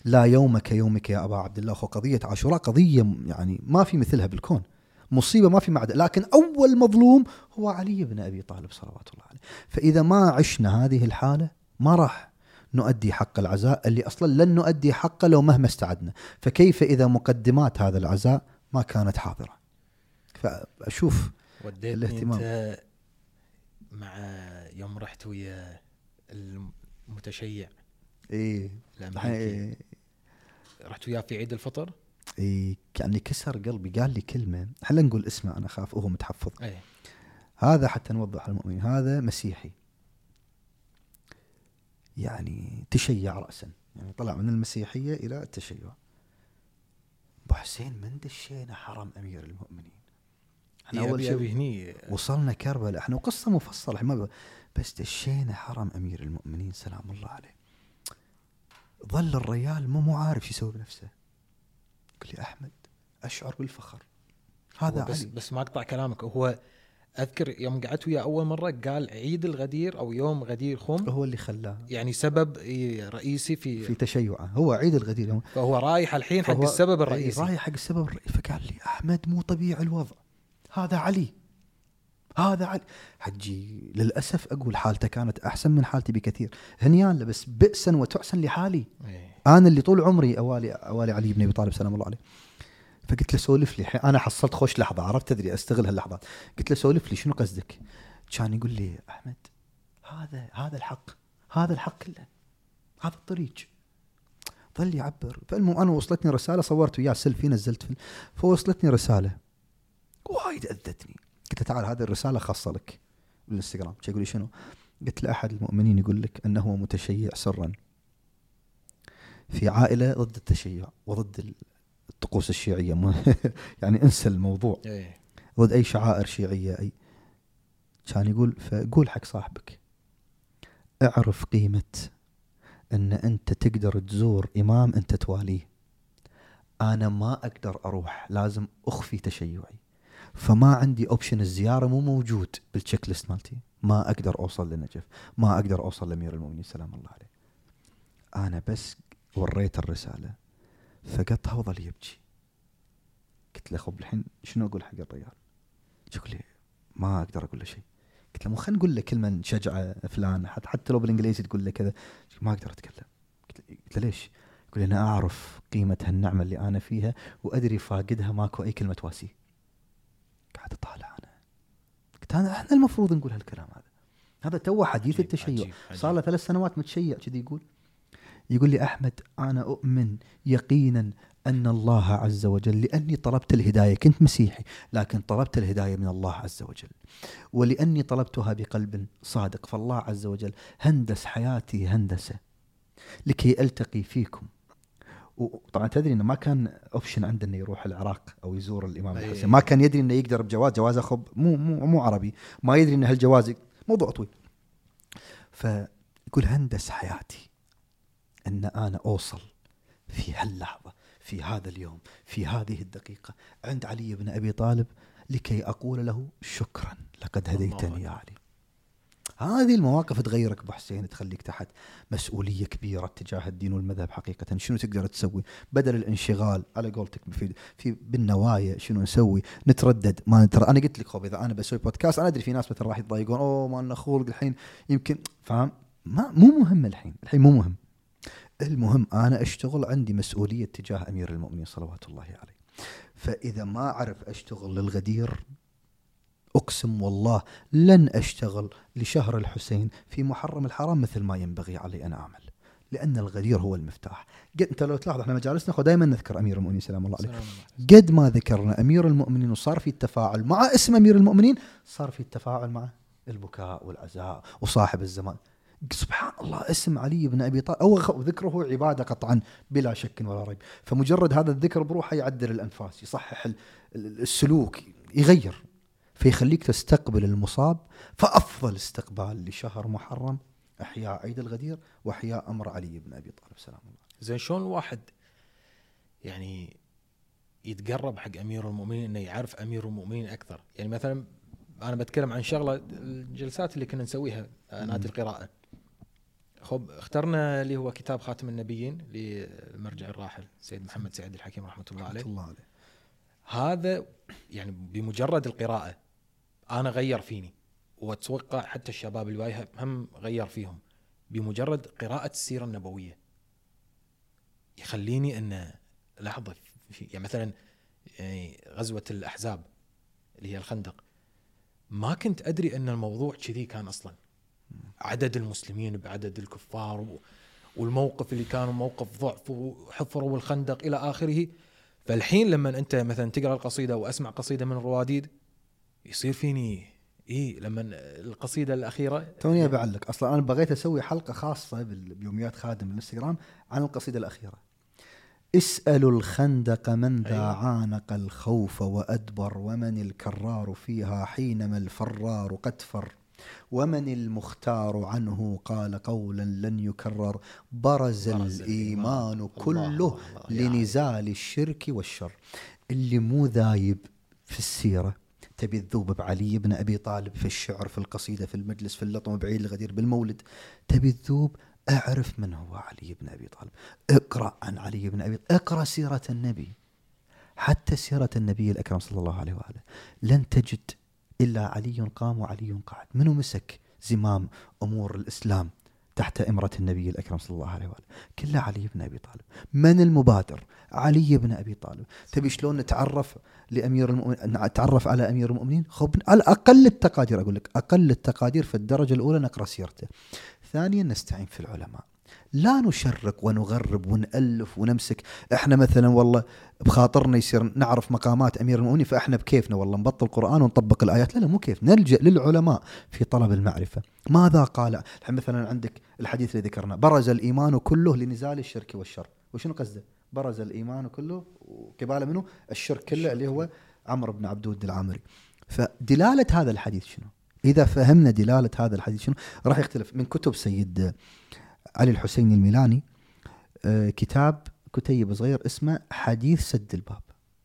لا يوم كيومك يا أبا عبد الله. قضية عاشوراء قضية يعني ما في مثلها بالكون، مصيبة ما في معدل، لكن أول مظلوم هو علي بن أبي طالب صلوات الله عليه. فإذا ما عشنا هذه الحالة ما راح نؤدي حق العزاء اللي أصلا لن نؤدي حقه لو مهما استعدنا. فكيف إذا مقدمات هذا العزاء ما كانت حاضرة؟ فأشوف وديتني أنت مع يوم رحت ويا المتشيع إيه الأمريكي، رحت وياه في عيد الفطر. إيه يعني كسر قلبي، قال لي كلمة هلا نقول اسمه أنا خاف وهو متحفظ. أيه. هذا حتى نوضح للمؤمنين، هذا مسيحي يعني تشيع رأسا، يعني طلع من المسيحية إلى التشيع. أبو حسين من دشينا حرم أمير المؤمنين، احنا إيه أول شيء هني وصلنا كربلاء، احنا قصة مفصلة ما بس دشينا حرم أمير المؤمنين سلام الله عليه. ظل الرجال مو مو عارف يسوي بنفسه. قال لي أحمد أشعر بالفخر، هذا بس علي. بس ما أقطع كلامك، هو أذكر يوم قعدت وياه أول مرة قال عيد الغدير أو يوم غدير خم هو اللي خلاه يعني سبب رئيسي في في تشيعه، هو عيد الغدير يوم. فهو رايح الحين حق السبب الرئيسي، رايح حق السبب الرئيسي. فقال لي أحمد مو طبيعي الوضع، هذا علي هذا علي. حجي للأسف أقول حالته كانت أحسن من حالتي بكثير، هنيان بس بئسا وتعسا لحالي. أيه. أنا اللي طول عمري أوالي أوالي علي بن أبي طالب سلام الله عليه. فقلت له سولف لي، أنا حصلت خوش لحظة عرفت تدري أستغل هاللحظات. قلت له سولف لي شنو قصدك؟ كان يقول لي أحمد هذا هذا الحق، هذا الحق كله، هذا الطريق. ظل يعبر. فالمهم أنا وصلتني رسالة، صورت وياه سيلفي نزلت في، فوصلتني رسالة وايد أذتني. قلت له تعال هذه الرسالة خاصة لك بالإنستغرام. يقول لي شنو؟ قلت له أحد المؤمنين يقول لك أنه متشيع سرا في عائلة ضد التشيع وضد الطقوس الشيعية يعني انسى الموضوع، ضد أي شعائر شيعية أي. كان يقول فقول حق صاحبك اعرف قيمة أن أنت تقدر تزور إمام أنت تواليه. أنا ما أقدر أروح، لازم أخفي تشيعي، فما عندي أوبشن الزيارة، مو موجود بالتشيك ليست مالتي. ما أقدر أوصل للنجف، ما أقدر أوصل لأمير المؤمنين سلام الله عليه. أنا بس وريت الرسالة فقطها وظل يبكي. قلت له خب الحين شنو أقول حق الرجال؟ يقول لي ما أقدر أقول له شيء. قلت له مو خلينا نقول له كلمة نشجع فلان حتى حتى لو بالإنجليزي تقول له كذا. ما أقدر أتكلم. قلت له ليش؟ يقول لي أنا أعرف قيمة هالنعمة اللي أنا فيها وأدري فاقدها ماكو أي كلمة تواسيه. قاعد أطالع أنا قلت أنا إحنا المفروض نقول هالكلام هذا. هذا تو حديث التشيع، صار له ثلاث سنوات متشيع كذي. يقول يقول لي أحمد أنا أؤمن يقينا أن الله عز وجل، لأني طلبت الهداية، كنت مسيحي لكن طلبت الهداية من الله عز وجل، ولأني طلبتها بقلب صادق، فالله عز وجل هندس حياتي هندسة لكي ألتقي فيكم. وطبعا تدري انه ما كان اوبشن عنده انه يروح العراق او يزور الامام الحسين، ما كان يدري انه يقدر بجواز جواز خب مو مو مو عربي، ما يدري ان هالجواز موضوع طويل. فيقول هندس حياتي ان انا اوصل في هاللحظه، في هذا اليوم، في هذه الدقيقه عند علي بن ابي طالب لكي اقول له شكرا لقد هديتني يا علي. هذه المواقف تغيرك ابو حسين، تخليك تحت مسؤوليه كبيره تجاه الدين والمذهب. حقيقه شنو تقدر تسوي بدل الانشغال على قولتك في في بالنوايا؟ شنو نسوي؟ نتردد ما نتر... انا قلت لك خب اذا انا بسوي بودكاست انا ادري في ناس مثلا راح يتضايقون، اوه ما لنا خلق الحين يمكن، فاهم؟ ما مو مهم الحين، الحين مو مهم. المهم انا اشتغل، عندي مسؤوليه تجاه امير المؤمنين صلوات الله عليه. فاذا ما اعرف اشتغل للغدير أقسم والله لن أشتغل لشهر الحسين في محرم الحرام مثل ما ينبغي علي أن أعمل، لأن الغدير هو المفتاح. قد أنت لو تلاحظ احنا مجالسنا دائما نذكر أمير المؤمنين سلام الله عليه، قد ما ذكرنا أمير المؤمنين وصار في التفاعل مع اسم أمير المؤمنين صار في التفاعل مع البكاء والعزاء وصاحب الزمان. سبحان الله، اسم علي بن أبي طالب أو ذكره عبادة قطعا بلا شك ولا ريب. فمجرد هذا الذكر بروحه يعدل الأنفاس، يصحح السلوك، يغير، فيخليك تستقبل المصاب. فأفضل استقبال لشهر محرم إحياء عيد الغدير وإحياء أمر علي بن أبي طالب سلام الله. زين شلون الواحد يعني يتقرب حق أمير المؤمنين إنه يعرف أمير المؤمنين أكثر؟ يعني مثلا أنا بتكلم عن شغلة الجلسات اللي كنا نسويها نادي القراءة، خب اخترنا اللي هو كتاب خاتم النبيين للمرجع الراحل سيد محمد سعيد الحكيم رحمة الله عليه. الله عليه. هذا يعني بمجرد القراءة أنا غير فيني، وأتوقع حتى الشباب اللي وايها هم غير فيهم. بمجرد قراءة السيرة النبوية يخليني أن لحظة في يعني مثلا يعني غزوة الأحزاب اللي هي الخندق، ما كنت أدري أن الموضوع كذي كان أصلا، عدد المسلمين بعدد الكفار والموقف اللي كانوا موقف ضعف وحفروا الخندق إلى آخره. فالحين لما أنت مثلا تقرأ القصيدة وأسمع قصيدة من الرواديد يصير فيني إيه لما القصيدة الأخيرة توني بعلق. أصلا أنا بغيت أسوي حلقة خاصة بيوميات خادم الانستغرام عن القصيدة الأخيرة. اسألوا الخندق من ذا أيوة. عانق الخوف وأدبر، ومن الكرار فيها حينما الفرار قد فر، ومن المختار عنه قال قولا لن يكرر، برز, برز الإيمان, الإيمان كله الله الله لنزال الشرك والشر. اللي مو ذايب في السيرة تبي تذوب بعلي بن أبي طالب في الشعر في القصيدة في المجلس في اللطم بعيد الغدير بالمولد، تبي تذوب اعرف من هو علي بن أبي طالب، اقرأ عن علي بن أبي طالب، اقرأ سيرة النبي، حتى سيرة النبي الأكرم صلى الله عليه وآله لن تجد إلا علي قام وعلي قاعد. منو مسك زمام أمور الإسلام تحت إمرة النبي الأكرم صلى الله عليه وآله؟ كله علي بن أبي طالب. من المبادر؟ علي بن أبي طالب. تبي شلون نتعرف لأمير المؤمنين، نتعرف على أمير المؤمنين؟ خب على أقل التقادير، أقول لك أقل التقادير في الدرجة الأولى نقرأ سيرته. ثانيا نستعين في العلماء، لا نشرق ونغرب ونألف ونمسك. احنا مثلا والله بخاطرنا يصير نعرف مقامات أمير المؤمنين فاحنا بكيفنا والله نبطل القرآن ونطبق الآيات. لا لا مو كيف، نلجأ للعلماء في طلب المعرفة. ماذا قال؟ مثلا عندك الحديث اللي ذكرنا برز الإيمان كله لنزال الشرك والشر. وشنو قصده؟ برز الإيمان كله وكباله منه الشرك كله اللي هو عمرو بن عبد الود العامري. فدلالة هذا الحديث شنو؟ إذا فهمنا دلالة هذا الحديث شنو راح يختلف. من كتب سيد علي الحسيني الميلاني آه كتاب كتيب صغير اسمه حديث سد الباب،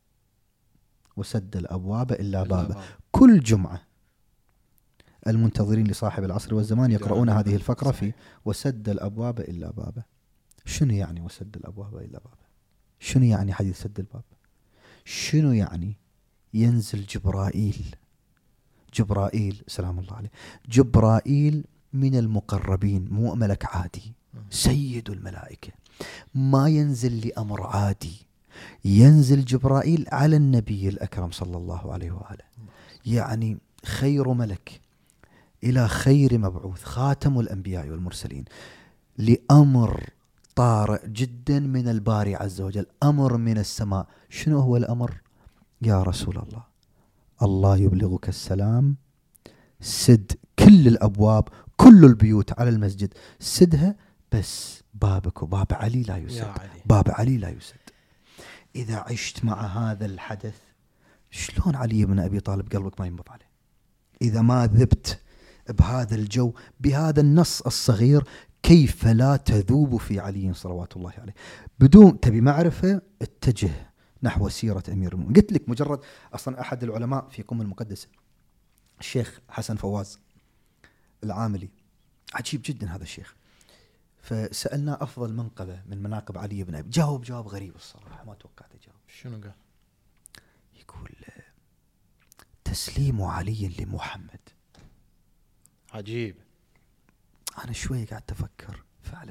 وسد الأبواب إلا بابه. كل جمعة المنتظرين لصاحب العصر والزمان يقرؤون هذه الفقرة في وسد الأبواب إلا بابه. شنو يعني وسد الأبواب إلا بابه؟ شنو يعني حديث سد الباب؟ شنو يعني ينزل جبرائيل جبرائيل سلام الله عليه، جبرائيل من المقربين، مو ملك عادي، سيد الملائكة، ما ينزل لأمر عادي، ينزل جبرائيل على النبي الأكرم صلى الله عليه وآله، يعني خير ملك إلى خير مبعوث، خاتم الأنبياء والمرسلين، لأمر طارئ جدا من الباري عز وجل، أمر من السماء. شنو هو الأمر؟ يا رسول الله، الله يبلغك السلام، سد كل الأبواب كل البيوت على المسجد، سدها، بس بابك وباب علي لا يسد، علي. باب علي لا يسد. إذا عشت مع هذا الحدث شلون علي بن أبي طالب قلبك ما ينبض عليه؟ إذا ما ذبت بهذا الجو بهذا النص الصغير كيف لا تذوب في علي صلوات الله عليه؟ بدون تبي معرفة اتجه نحو سيرة أمير المؤمنين. قلت لك مجرد أصلا أحد العلماء في قم المقدسة الشيخ حسن فواز العاملي، عجيب جدا هذا الشيخ، فسألنا أفضل منقبة من مناقب علي بن أبي، جاوب جواب غريب الصراحة ما توقعت جواب. شنو قال؟ يقول تسليم علي لمحمد. عجيب. أنا شوي قاعد أفكر فعلا،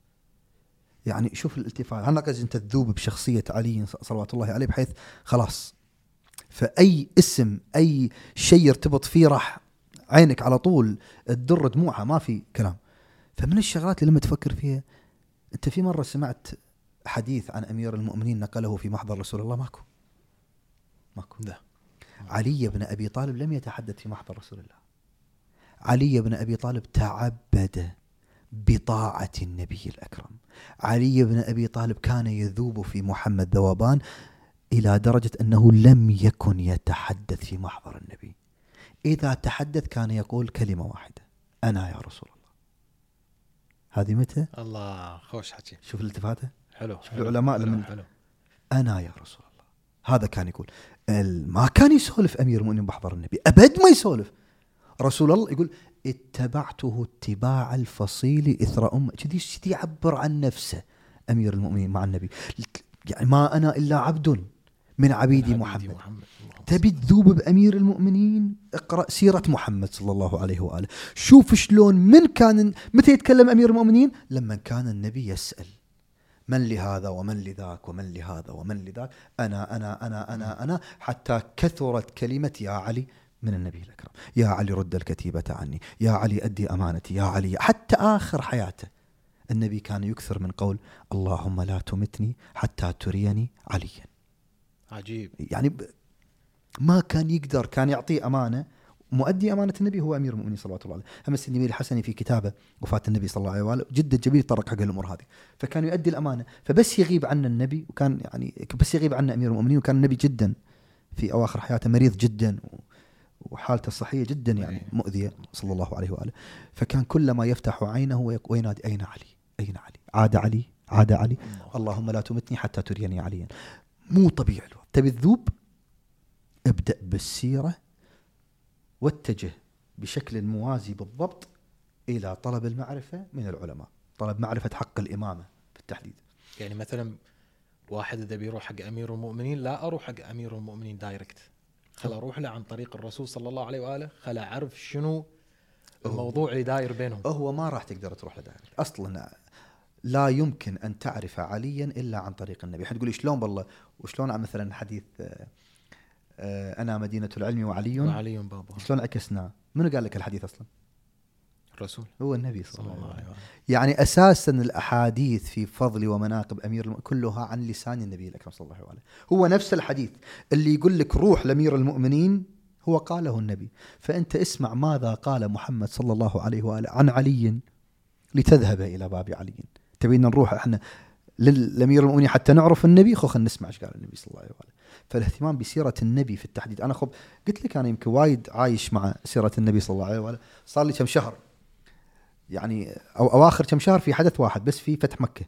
يعني شوف الالتفات، هل ناقص أنت تذوب بشخصية علي صلوات الله عليه بحيث خلاص فأي اسم أي شيء يرتبط فيه راح عينك على طول تدر دموعها، ما في كلام. فمن الشغلات اللي لما تفكر فيها، أنت في مرة سمعت حديث عن أمير المؤمنين نقله في محضر رسول الله؟ ماكو ماكو ده. علي بن أبي طالب لم يتحدث في محضر رسول الله. علي بن أبي طالب تعبد بطاعة النبي الأكرم. علي بن أبي طالب كان يذوب في محمد ذوبان إلى درجة أنه لم يكن يتحدث في محضر النبي. إذا تحدث كان يقول كلمة واحدة، أنا يا رسول الله. هذه متى؟ الله خوش حكي. شوف الالتفاتة حلو. شوف العلماء حلو. لمن حلو. أنا يا رسول الله، هذا كان يقول. ما كان يسولف أمير المؤمنين بحضر النبي أبد، ما يسولف. رسول الله يقول اتبعته اتباع الفصيل إثر أمه. كذي كذي يعبر عن نفسه أمير المؤمنين مع النبي. يعني ما أنا إلا عبد من عبيدي محمد, محمد. تبي تذوب بأمير المؤمنين؟ اقرأ سيرة محمد صلى الله عليه وآله. شوف شلون من كان متى يتكلم أمير المؤمنين؟ لما كان النبي يسأل من لهذا ومن لذاك ومن لهذا ومن لذاك، أنا أنا أنا أنا أنا حتى كثرت كلمة يا علي من النبي الأكرم. يا علي رد الكتيبة عني، يا علي أدي أمانتي، يا علي. حتى آخر حياته النبي كان يكثر من قول اللهم لا تمتني حتى تريني عليا. عجيب. يعني ما كان يقدر، كان يعطيه أمانة. مؤدي أمانة النبي هو أمير المؤمنين صلى الله عليه وسلم. هم السيد الحسني في كتابه وفاة النبي صلى الله عليه وآله جدا جميل طرق حق الأمور هذه. فكان يؤدي الأمانة، فبس يغيب عنا النبي، وكان يعني بس يغيب عنا أمير المؤمنين. وكان النبي جدا في أواخر حياته مريض جدا وحالته الصحية جدا يعني مؤذية صلى الله عليه وآله. فكان كلما يفتح عينه وينادي أين علي أين علي، عاد علي عاد علي، اللهم لا تمتني حتى تريني عليا. مو طبيعي. تبي تذوب؟ ابدأ بالسيرة واتجه بشكل موازي بالضبط إلى طلب المعرفة من العلماء، طلب معرفة حق الإمامة بالتحديد. يعني مثلا واحد إذا بيروح حق أمير المؤمنين، لا أروح حق أمير المؤمنين دايركت، خل أروح له عن طريق الرسول صلى الله عليه وآله، خل أعرف شنو الموضوع اللي داير بينهم. هو ما راح تقدر تروح له دايركت أصلا. لا يمكن أن تعرف عليا إلا عن طريق النبي. حتقولي شلون؟ بالله وشلون مثلا حديث أنا مدينة العلم وعلي وعلي بابها، شلون عكسناه؟ منو قال لك الحديث أصلا؟ الرسول، هو النبي صلى الله عليه وسلم. يعني أساسا الأحاديث في فضل ومناقب أمير المؤمنين كلها عن لسان النبي الأكرم صلى الله عليه وسلم. هو نفس الحديث اللي يقول لك روح لأمير المؤمنين هو قاله النبي. فأنت اسمع ماذا قال محمد صلى الله عليه وآله عن علي لتذهب إلى باب علي. تبينا نروح احنا للأمير المؤمنين حتى نعرف النبي؟ خو خلينا نسمع ايش قال النبي صلى الله عليه وآله. فالاهتمام بسيرة النبي في التحديد. أنا خب قلت لك أنا يمكن وايد عايش مع سيرة النبي صلى الله عليه وآله، صار لي كم شهر يعني، أو أواخر كم شهر في حدث واحد بس في فتح مكة.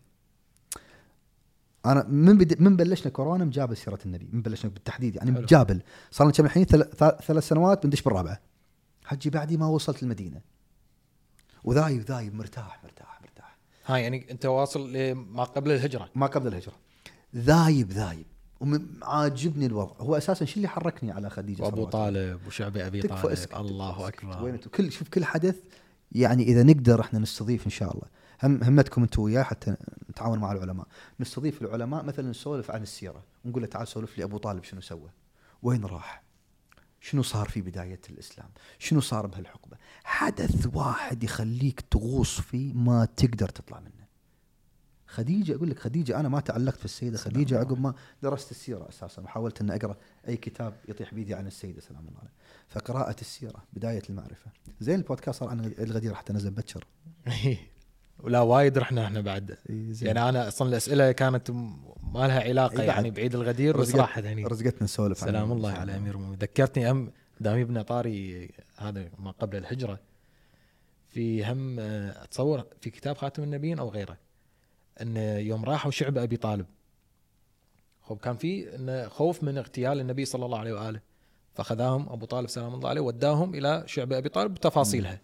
أنا من بد... من بلشنا كورونا مجابل سيرة النبي، من بلشنا بالتحديد يعني حلو. مجابل صار لنا كم الحين ثل... ثلاث سنوات بندش بالرابعة. حجي بعدي ما وصلت المدينة وذايب ذايب مرتاح مرتاح مرتاح. ها يعني أنت واصل لما قبل الهجرة؟ ما قبل الهجرة ذايب ذايب وعاجبني الوضع. هو أساسا شو اللي حركني على خديجة؟ أبو طالب وشعب أبي طالب. الله أكبر. كل شوف كل حدث يعني إذا نقدر إحنا نستضيف إن شاء الله، هم همتكم أنتوا وياه حتى نتعاون مع العلماء، نستضيف العلماء مثلا نسولف عن السيرة ونقول له تعال سولف لي أبو طالب شنو سوى، وين راح، شنو صار في بداية الإسلام، شنو صار بهالحقبة. حدث واحد يخليك تغوص فيه ما تقدر تطلع منه. خديجة أقول لك خديجة أنا ما تعلقت في السيدة خديجة عقب ما درست السيرة أساسا وحاولت أن أقرأ أي كتاب يطيح بيدي عن السيدة سلام الله عليها. فقراءة السيرة بداية المعرفة. زين البودكاست صار عن الغدير حتى نزل بتشر ولا وايد رحنا احنا بعد. يعني أنا أصلا الأسئلة كانت ما لها علاقة يعني بعيد الغدير وصراحة هني رزقتنا نسولف. سلام الله على أمير المؤمنين. ذكرتني أم دامي ابن طاري هذا ما قبل الهجرة في هم أتصور في كتاب خاتم النبيين أو غيره أن يوم راحوا شعب أبي طالب خب كان في إن خوف من اغتيال النبي صلى الله عليه وآله، فخذاهم أبو طالب سلام الله عليه وداهم إلى شعب أبي طالب بتفاصيلها.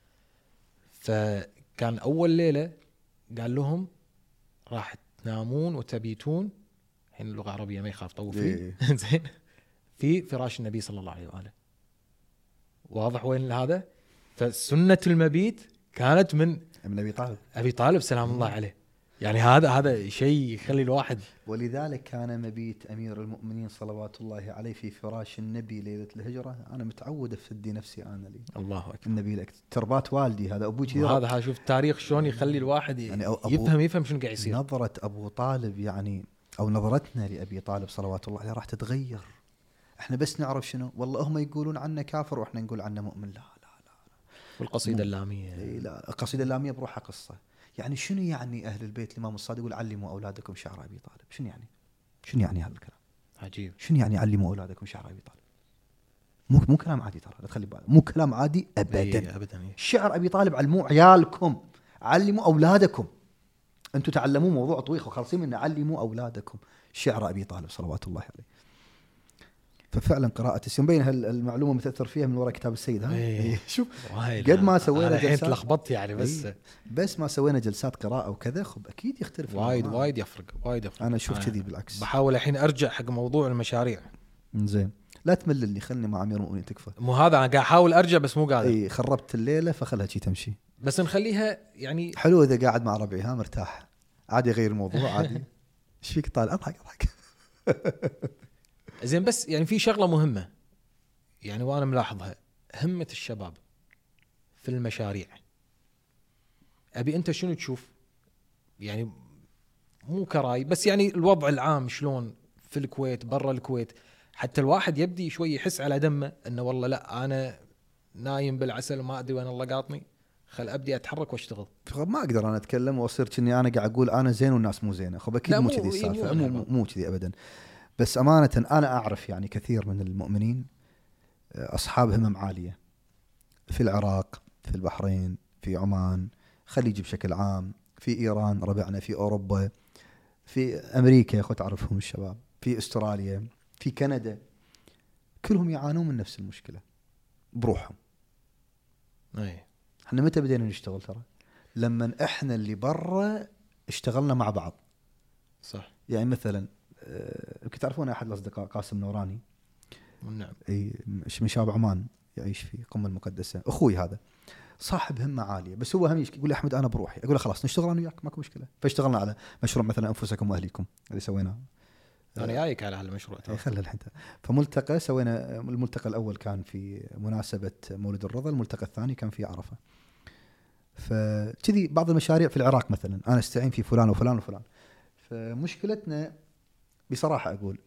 فكان أول ليلة قال لهم راح تنامون وتبيتون، حين اللغة العربية ما يخاف طوف فيه زين في فراش النبي صلى الله عليه وآله. واضح وين هذا؟ فسنة المبيت كانت من من أبي طالب أبي طالب سلام الله عليه. يعني هذا هذا شيء يخلي الواحد. ولذلك كان مبيت أمير المؤمنين صلوات الله عليه في فراش النبي ليلة الهجرة. أنا متعود أفدي نفسي أنا لي الله أكبر النبي لك تربات والدي هذا أبوي كذا. هذا ها شوف التاريخ شلون يخلي الواحد يعني يفهم يفهم شنو قاعد يصير. نظرة أبو طالب يعني أو نظرتنا لأبي طالب صلوات الله عليه راح تتغير. إحنا بس نعرف شنو والله هم يقولون عنه كافر وإحنا نقول عنه مؤمن. لا لا لا, لا. والقصيدة اللامية لا القصيدة اللامية بروحها قصة. يعني شنو يعني أهل البيت الإمام الصادق يقول علموا أولادكم شعر أبي طالب؟ شنو يعني؟ شنو يعني هذا الكلام؟ عجيب. شنو يعني علموا أولادكم شعر أبي طالب؟ مو مو كلام عادي ترى، لا تخلي بالك، مو كلام عادي أبدا. أيه أبدا. شعر أبي طالب علموا عيالكم، علموا أولادكم. أنتم تعلموا موضوع طويل وخلصين منه، علموا أولادكم شعر أبي طالب صلوات الله عليه. ففعلا قراءة السيرة مبين هالمعلومة متأثر فيها من وراء كتاب السيد. ها إيه. شوف قد ما سوينا الحين جلسات تلخبطت يعني بس إيه. بس ما سوينا جلسات قراءة وكذا خب أكيد يختلف وايد وايد يفرق وايد يفرق. أنا أشوف كذي بالعكس. بحاول الحين أرجع حق موضوع المشاريع. زين لا تمللني خلني مع أمير المؤمنين تكفى. مو هذا أنا قاعد أحاول أرجع بس مو قادر. إيه خربت الليلة فخلها شي تمشي. بس نخليها يعني حلو إذا قاعد مع ربعي ها مرتاح عادي يغير الموضوع عادي. إيش فيك طالع أضحك أضحك. زين بس يعني في شغلة مهمة يعني وأنا ملاحظها همة الشباب في المشاريع. أبي أنت شنو تشوف يعني مو كراي بس يعني الوضع العام شلون في الكويت برا الكويت حتى الواحد يبدي شوي يحس على دمه انه والله لا انا نايم بالعسل وما ادري وين الله قاطني خل ابدي اتحرك واشتغل. ما اقدر انا اتكلم واصير كني انا قاعد اقول انا زين والناس مو زينه. خب اكيد مو كذي السالفه مو مو كذي ابدا. بس امانه انا اعرف يعني كثير من المؤمنين اصحاب همم عاليه في العراق في البحرين في عمان خليج بشكل عام في ايران ربعنا في اوروبا في امريكا يا اخو تعرفهم الشباب في استراليا في كندا كلهم يعانون من نفس المشكله بروحهم. اي احنا متى بدينا نشتغل ترى لما احنا اللي برا اشتغلنا مع بعض. صح يعني مثلا يمكن تعرفون احد الاصدقاء قاسم نوراني. نعم. اي من شباب عمان يعيش في قمة المقدسة اخوي هذا صاحب همة عالية بس هو هم يقول لي احمد انا بروحي اقول له خلاص نشتغل انا وياك ماكو مشكلة. فاشتغلنا على مشروع مثلا انفسكم واهليكم اللي سويناه. انا جايك على هالمشروع ترى خلها الحين. فملتقى سوينا الملتقى الاول كان في مناسبة مولد الرضا الملتقى الثاني كان في عرفة. فكذي بعض المشاريع في العراق مثلا انا استعين في فلان وفلان وفلان. فمشكلتنا بصراحة اقول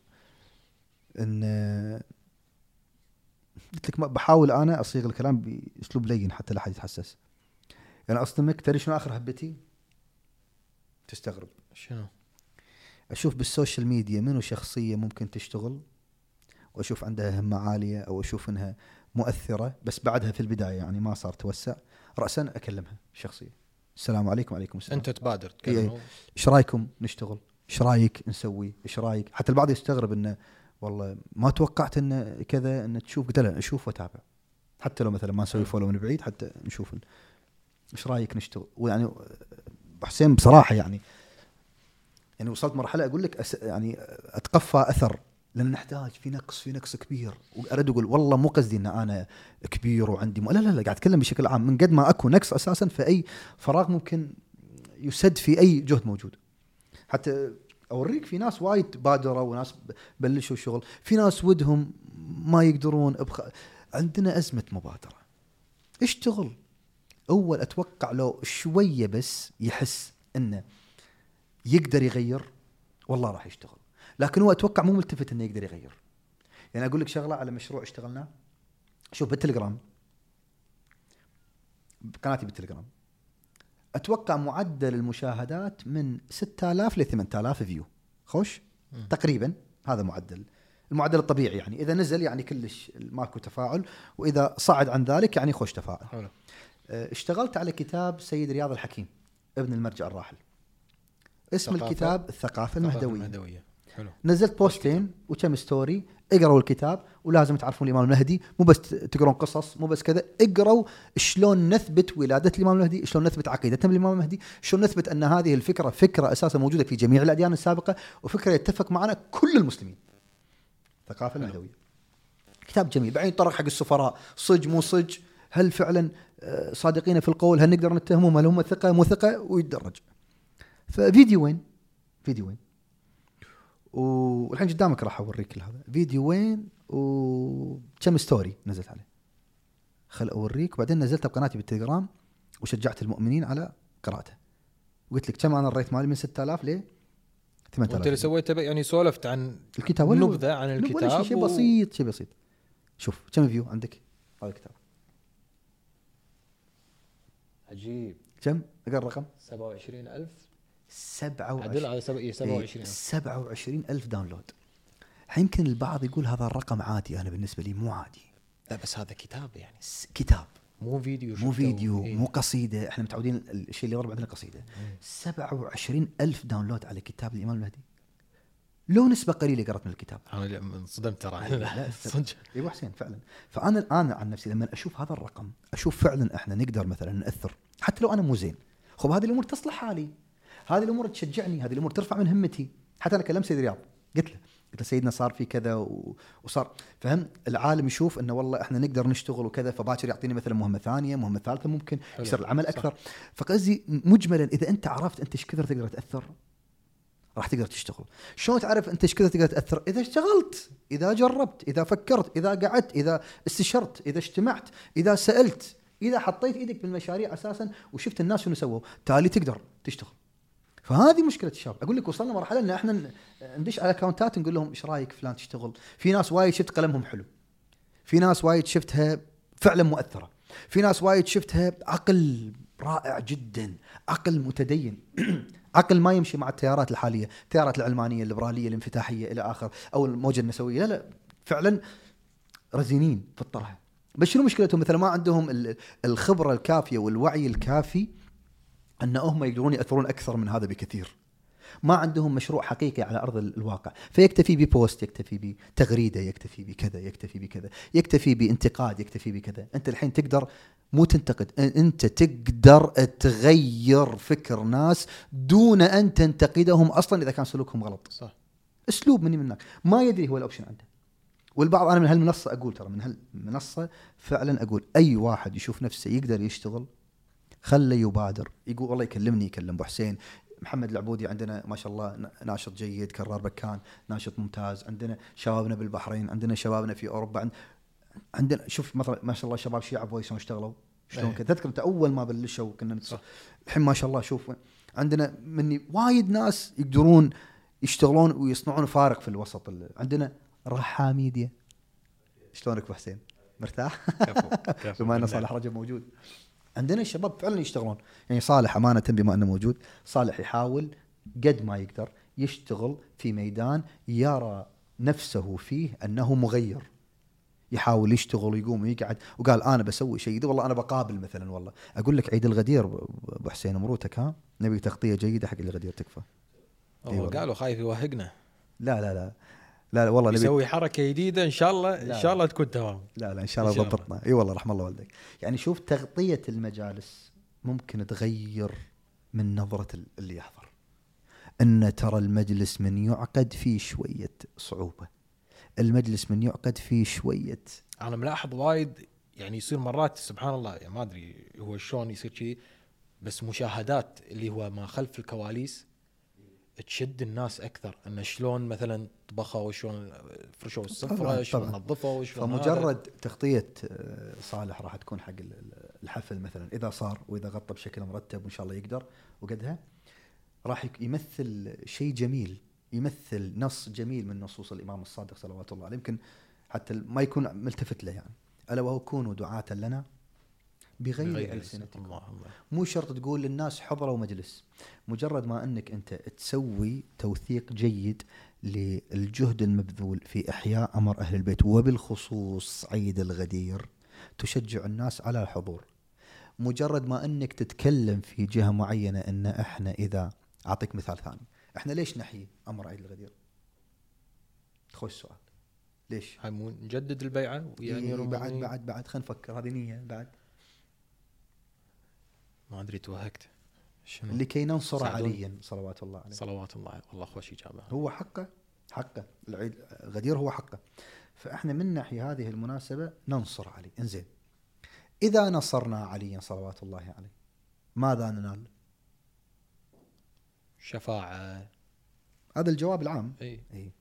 ان قلت لك بحاول انا اصيغ الكلام باسلوب لين حتى لا احد يتحسس. يعني اصدمك تدري شنو اخر هبتي؟ تستغرب شنو؟ اشوف بالسوشيال ميديا منو شخصيه ممكن تشتغل واشوف عندها همه عاليه او اشوف انها مؤثره بس بعدها في البدايه يعني ما صار توسع راسا اكلمها شخصيه السلام عليكم وعليكم السلام. انت تبادر تكلموا ايش رايكم نشتغل؟ ايش رايك نسوي؟ ايش رايك؟ حتى البعض يستغرب انه والله ما توقعت ان كذا ان تشوف. قلت له اشوف واتابع حتى لو مثلا ما نسوي فولو من بعيد حتى نشوف ايش رايك نشتغل. ويعني حسين بصراحه يعني يعني وصلت مرحله اقول لك أس يعني اتقفى اثر لان نحتاج في نقص في نقص كبير. وارد اقول والله مو قصدي ان انا كبير وعندي م... لا لا لا قاعد اتكلم بشكل عام من قد ما اكو نقص اساسا في اي فراغ ممكن يسد في اي جهد موجود. حتى اوريك في ناس وايد بادروا وناس بلشوا شغل في ناس ودهم ما يقدرون أبخ... عندنا ازمه مبادره. اشتغل اول اتوقع لو شويه بس يحس انه يقدر يغير والله راح يشتغل. لكن هو اتوقع مو ملتفت انه يقدر يغير. يعني اقول لك شغله على مشروع اشتغلناه. شوف بالتليجرام قناتي بالتليجرام اتوقع معدل المشاهدات من ستة آلاف ل ثمانية آلاف فيو خوش م. تقريبا هذا معدل المعدل الطبيعي. يعني اذا نزل يعني كلش ماكو تفاعل واذا صعد عن ذلك يعني خوش تفاعل. حلو. اشتغلت على كتاب سيد رياض الحكيم ابن المرجع الراحل. اسم ثقافة. الكتاب الثقافة المهدوية, المهدوية. حلو. نزلت بوستين وكم ستوري اقرأوا الكتاب ولازم تعرفون الإمام المهدي مو بس تقرون قصص مو بس كذا اقرأوا شلون نثبت ولادة الإمام المهدي شلون نثبت عقيدتنا بالإمام المهدي شلون نثبت أن هذه الفكرة فكرة أساسا موجودة في جميع الأديان السابقة وفكرة يتفق معنا كل المسلمين. ثقافة المهدوية كتاب جميل. بعدين طرق حق السفراء صج مو صج هل فعلا صادقين في القول هل نقدر نتهمهم هل هم ثقة مو ثقة ويتدرج. ففيديوين فيديوين والحين قدامك راح اوريك هذا فيديوين وكم ستوري نزلت عليه. خل اوريك. وبعدين نزلتها بقناتي بالتليجرام وشجعت المؤمنين على قراءته. وقلت لك كم انا الريت مالي من ستة آلاف ل ثمانية آلاف. وانت اللي سويته يعني سولفت عن الكتاب نبذه عن الكتاب شيء و... بسيط شيء بسيط. شوف كم فيو عندك هذا الكتاب عجيب. كم اقرا الرقم سبعة وعشرين ألف سبعة وعشرين عدل على سبعة وعشرين سبعة وعشرين ألف داونلود. يمكن البعض يقول هذا الرقم عادي. أنا بالنسبة لي مو عادي. لا بس هذا كتاب يعني كتاب مو فيديو مو فيديو إيه؟ مو قصيدة. احنا متعودين الشيء اللي ضرب عندنا قصيدة. سبعة وعشرين ألف داونلود على كتاب الإمام المهدي. لو نسبة قليلة قرأت من الكتاب. انا انصدمت ترى صدق. ايوه حسين فعلا. فانا الان عن نفسي لما اشوف هذا الرقم اشوف فعلا احنا نقدر مثلا ناثر حتى لو انا مو زين. خب هذه الامور تصلح حالي، هذه الامور تشجعني، هذه الامور ترفع من همتي. حتى انا كلمت سيد رياض قلت له قلت له سيدنا صار في كذا و... وصار فهم العالم يشوف انه والله احنا نقدر نشتغل وكذا، فباكر يعطيني مثلا مهمه ثانيه مهمه ثالثه ممكن يصير العمل اكثر. فقصدي مجملا اذا انت عرفت انت ايش كثر تقدر تاثر راح تقدر تشتغل. شلون تعرف انت ايش كثر تقدر تاثر؟ اذا اشتغلت، اذا جربت، اذا فكرت، اذا قعدت، اذا استشرت، اذا اجتمعت، اذا سالت، اذا حطيت ايدك بالمشاريع اساسا وشفت الناس شنو سووا، تالي تقدر تشتغل. فهذه مشكله الشباب. اقول لك وصلنا مرحله ان احنا ندش على اكونتات نقول لهم ايش رايك فلان تشتغل. في ناس وايد شفت قلمهم حلو، في ناس وايد شفتها فعلا مؤثره، في ناس وايد شفتها عقل رائع جدا، عقل متدين عقل ما يمشي مع التيارات الحاليه، التيارات العلمانيه الليبراليه الانفتاحيه الى اخر او الموجه النسويه. لا لا فعلا رزينين في الطرح. بس شنو مشكلتهم؟ مثلا ما عندهم الخبره الكافيه والوعي الكافي ان هم يقدرون ياثرون اكثر من هذا بكثير. ما عندهم مشروع حقيقي على ارض الواقع، فيكتفي ببوست، يكتفي بتغريده، يكتفي بكذا، يكتفي بكذا، يكتفي بانتقاد، يكتفي بكذا. انت الحين تقدر مو تنتقد، انت تقدر تغير فكر ناس دون ان تنتقدهم اصلا اذا كان سلوكهم غلط. صح. اسلوب مني منك ما يدري هو الاوبشن عنده. والبعض انا من هالمنصه اقول ترى من هالمنصه فعلا اقول اي واحد يشوف نفسه يقدر يشتغل خله يبادر. يقول والله يكلمني، يكلم ابو حسين، محمد العبودي عندنا ما شاء الله ناشط جيد، كرار بكان ناشط ممتاز، عندنا شبابنا بالبحرين، عندنا شبابنا في اوروبا، عندنا شوف مثلا ما شاء الله شباب شيعة فويس اشتغلوا شلون كذا. تذكر انت اول ما بلشوا كنا الحين ما شاء الله شوف عندنا مني وايد ناس يقدرون يشتغلون ويصنعون فارق في الوسط. عندنا رحا ميديا. شلونك ابو حسين؟ مرتاح؟ بما ان صالح رجب موجود عندنا الشباب فعلا يشتغلون. يعني صالح امانه بما انه موجود، صالح يحاول قد ما يقدر يشتغل في ميدان يرى نفسه فيه انه مغير، يحاول يشتغل ويقوم ويقعد. وقال انا بسوي شيء، والله انا بقابل مثلا والله اقول لك عيد الغدير ابو حسين مروتك ها نبي تغطيه جيده حق الغدير تكفى. والله قالوا خايف يوهقنا. لا لا لا لا, لا والله نبي يسوي حركه جديده ان شاء الله. ان شاء الله تكون تمام. لا لا ان شاء الله ضبطنا. اي والله رحم الله والديك. يعني شوف تغطيه المجالس ممكن تغير من نظره اللي يحضر. ان ترى المجلس من يعقد فيه شويه صعوبه، المجلس من يعقد فيه شويه. انا ملاحظ وايد يعني يصير مرات سبحان الله يعني ما ادري هو شلون يصير كذي، بس مشاهدات اللي هو ما خلف الكواليس تشد الناس اكثر. ان شلون مثلا طبخوا وشلون فرشوا السفره، شلون نظفوا وشلون. فمجرد تغطيه صالح راح تكون حق الحفل مثلا اذا صار، واذا غطى بشكل مرتب وان شاء الله يقدر وقدها، راح يمثل شيء جميل، يمثل نص جميل من نصوص الامام الصادق صلوات الله عليه، يمكن حتى ما يكون ملتفت له يعني. الا وهو كونوا دعاة لنا بغير, بغير ألسنتكم. الله الله. مو شرط تقول للناس حضروا مجلس، مجرد ما أنك أنت تسوي توثيق جيد للجهد المبذول في إحياء أمر أهل البيت وبالخصوص عيد الغدير تشجع الناس على الحضور. مجرد ما أنك تتكلم في جهة معينة أن إحنا إذا أعطيك مثال ثاني، إحنا ليش نحيي أمر عيد الغدير؟ خوش سؤال. ليش؟ هاي مو نجدد البيعة يعني بعد بعد بعد خلينا نفكر. هذه نية بعد ما أدري توهقت. شنو؟ لكي ننصر عليا صلوات الله عليه. صلوات الله عليه. والله خوش إجابة. هو حقه، حقه العيد غدير هو حقه. فإحنا من ناحية هذه المناسبة ننصر علي. إنزين إذا نصرنا عليا صلوات الله عليه ماذا ننال؟ شفاعة. هذا الجواب العام. أي. أي.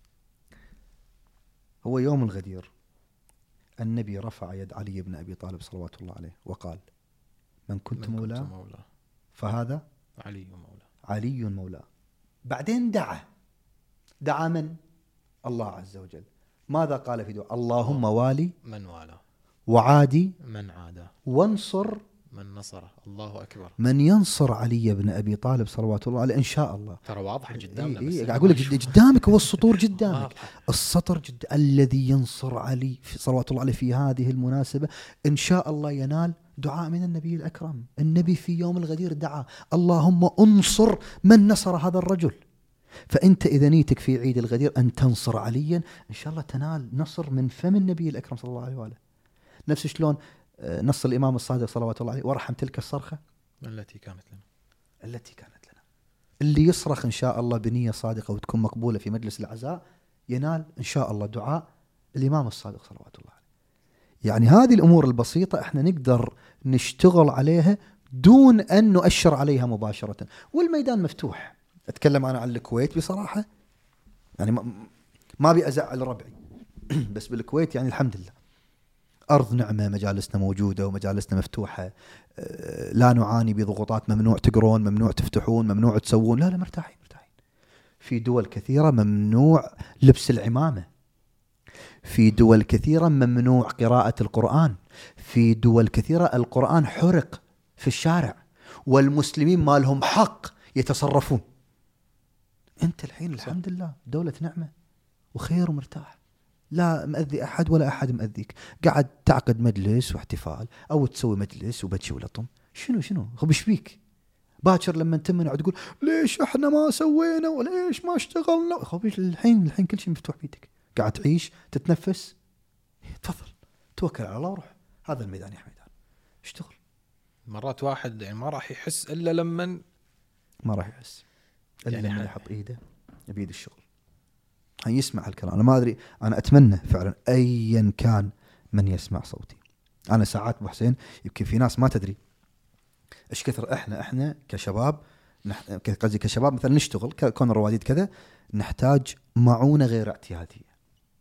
هو يوم الغدير النبي رفع يد علي بن أبي طالب صلوات الله عليه وقال من كنت مولاه مولى فهذا علي مولاه. علي مولاه. بعدين دعا دعا من؟ الله عز وجل. ماذا قال في دعاء؟ اللهم والي من والاه، وعادي من عاداه، وانصر من نصره. الله أكبر. من ينصر علي بن أبي طالب صلوات الله عليه إن شاء الله. ترى واضحة قدامنا. إيه إيه أقول لك قدامك، هو السطور قدامك. السطر جد الذي ينصر علي في صلوات الله عليه في هذه المناسبة إن شاء الله ينال دعاء من النبي الأكرم. النبي في يوم الغدير دعا اللهم انصر من نصر هذا الرجل. فأنت إذا نيتك في عيد الغدير أن تنصر عليا، إن شاء الله تنال نصر من فم النبي الأكرم صلى الله عليه وآله. نفس شلون نص الإمام الصادق صلوات الله عليه: وارحم تلك الصرخة التي كانت لنا التي كانت لنا. اللي يصرخ إن شاء الله بنية صادقة وتكون مقبولة في مجلس العزاء ينال إن شاء الله دعاء الإمام الصادق صلوات الله عليه. يعني هذه الأمور البسيطة إحنا نقدر نشتغل عليها دون أن نؤشر عليها مباشرة، والميدان مفتوح. أتكلم أنا عن الكويت بصراحة، يعني ما, ما أبي أزعل ربعي بس بالكويت يعني الحمد لله أرض نعمة، مجالسنا موجودة ومجالسنا مفتوحة، لا نعاني بضغوطات ممنوع تقرون، ممنوع تفتحون، ممنوع تسوون، لا لا مرتاحين مرتاحين. في دول كثيرة ممنوع لبس العمامة، في دول كثيرة ممنوع قراءة القرآن، في دول كثيرة القرآن حرق في الشارع والمسلمين ما لهم حق يتصرفون. أنت الحين الحمد لله دولة نعمة وخير ومرتاح، لا مأذي أحد ولا أحد مأذيك، قاعد تعقد مجلس واحتفال أو تسوي مجلس وبتشي ولطم. شنو شنو خب إيش فيك؟ باكر لما تمنع تقول ليش احنا ما سوينا وليش ما اشتغلنا. خب الحين الحين كل شيء مفتوح بيدك، قاعد تعيش تتنفس، تفضل توكل على الله وروح. هذا الميدان يا حميدان، اشتغل. مرات واحد يعني ما راح يحس إلا لما ما راح يحس إلا يعني لما يحط إيده بيد الشغل، يسمع هالكلام. أنا ما أدري، أنا أتمنى فعلا أيا كان من يسمع صوتي. أنا ساعات أبو حسين يمكن في ناس ما تدري إيش كثر إحنا إحنا كشباب، قصدي كشباب مثلا نشتغل كون الرواديد كذا، نحتاج معونة غير اعتيادية.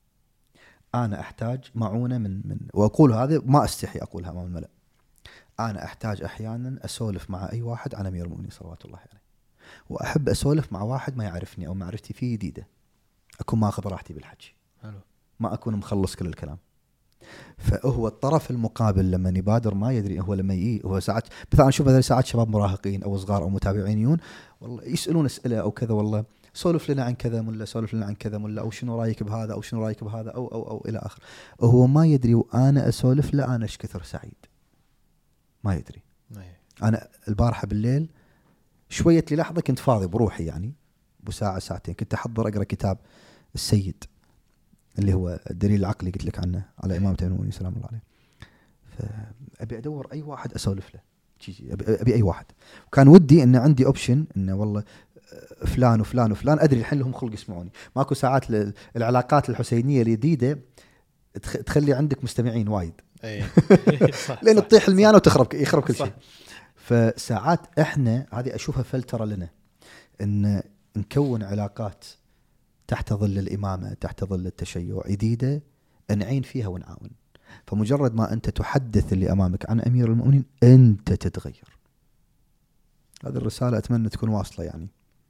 أنا أحتاج معونة من من وأقول هذا ما أستحي أقولها أمام الملأ. أنا أحتاج أحيانا أسولف مع أي واحد عن أمير المؤمنين صلوات الله عليه يعني. وأحب أسولف مع واحد ما يعرفني أو معرفتي فيه جديدة، أكون ما أخذ راحتي بالحكي، ما أكون مخلص كل الكلام. فهو الطرف المقابل لما يبادر ما يدري، هو لما يجي هو ساعات مثلا أشوف هذول ساعات شباب مراهقين أو صغار أو متابعينيون والله يسألون أسئلة أو كذا، والله سولف لنا عن كذا ملا، سولف لنا عن كذا ملا، أو شنو رأيك بهذا أو شنو رأيك بهذا أو أو أو إلى آخر. هو ما يدري وأنا أسولف له أنا إيش كثر سعيد، ما يدري. أنا البارحة بالليل شوية للحظة كنت فاضي بروحي يعني بساعة ساعتين، كنت أحضر أقرأ كتاب السيد اللي هو الدليل العقلي قلت لك عنه على إمام أمير المؤمنين سلام الله عليه. فأبي أدور أي واحد أسولف له، أبي, أبي أي واحد. وكان ودي إن عندي أوبشن إنه والله فلان وفلان وفلان أدري الحين لهم خلق يسمعوني. ماكو ساعات العلاقات الحسينية الجديدة تخلي عندك مستمعين وايد لأن تطيح الميانة وتخرب يخرب كل شيء. فساعات إحنا هذه أشوفها فلترة لنا إن نكون علاقات تحت ظل الإمامة، تحت ظل التشيع جديدة نعين فيها ونعاون. فمجرد ما أنت تحدث اللي أمامك عن أمير المؤمنين أنت تتغير. هذه الرسالة أتمنى تكون واصلة يعني.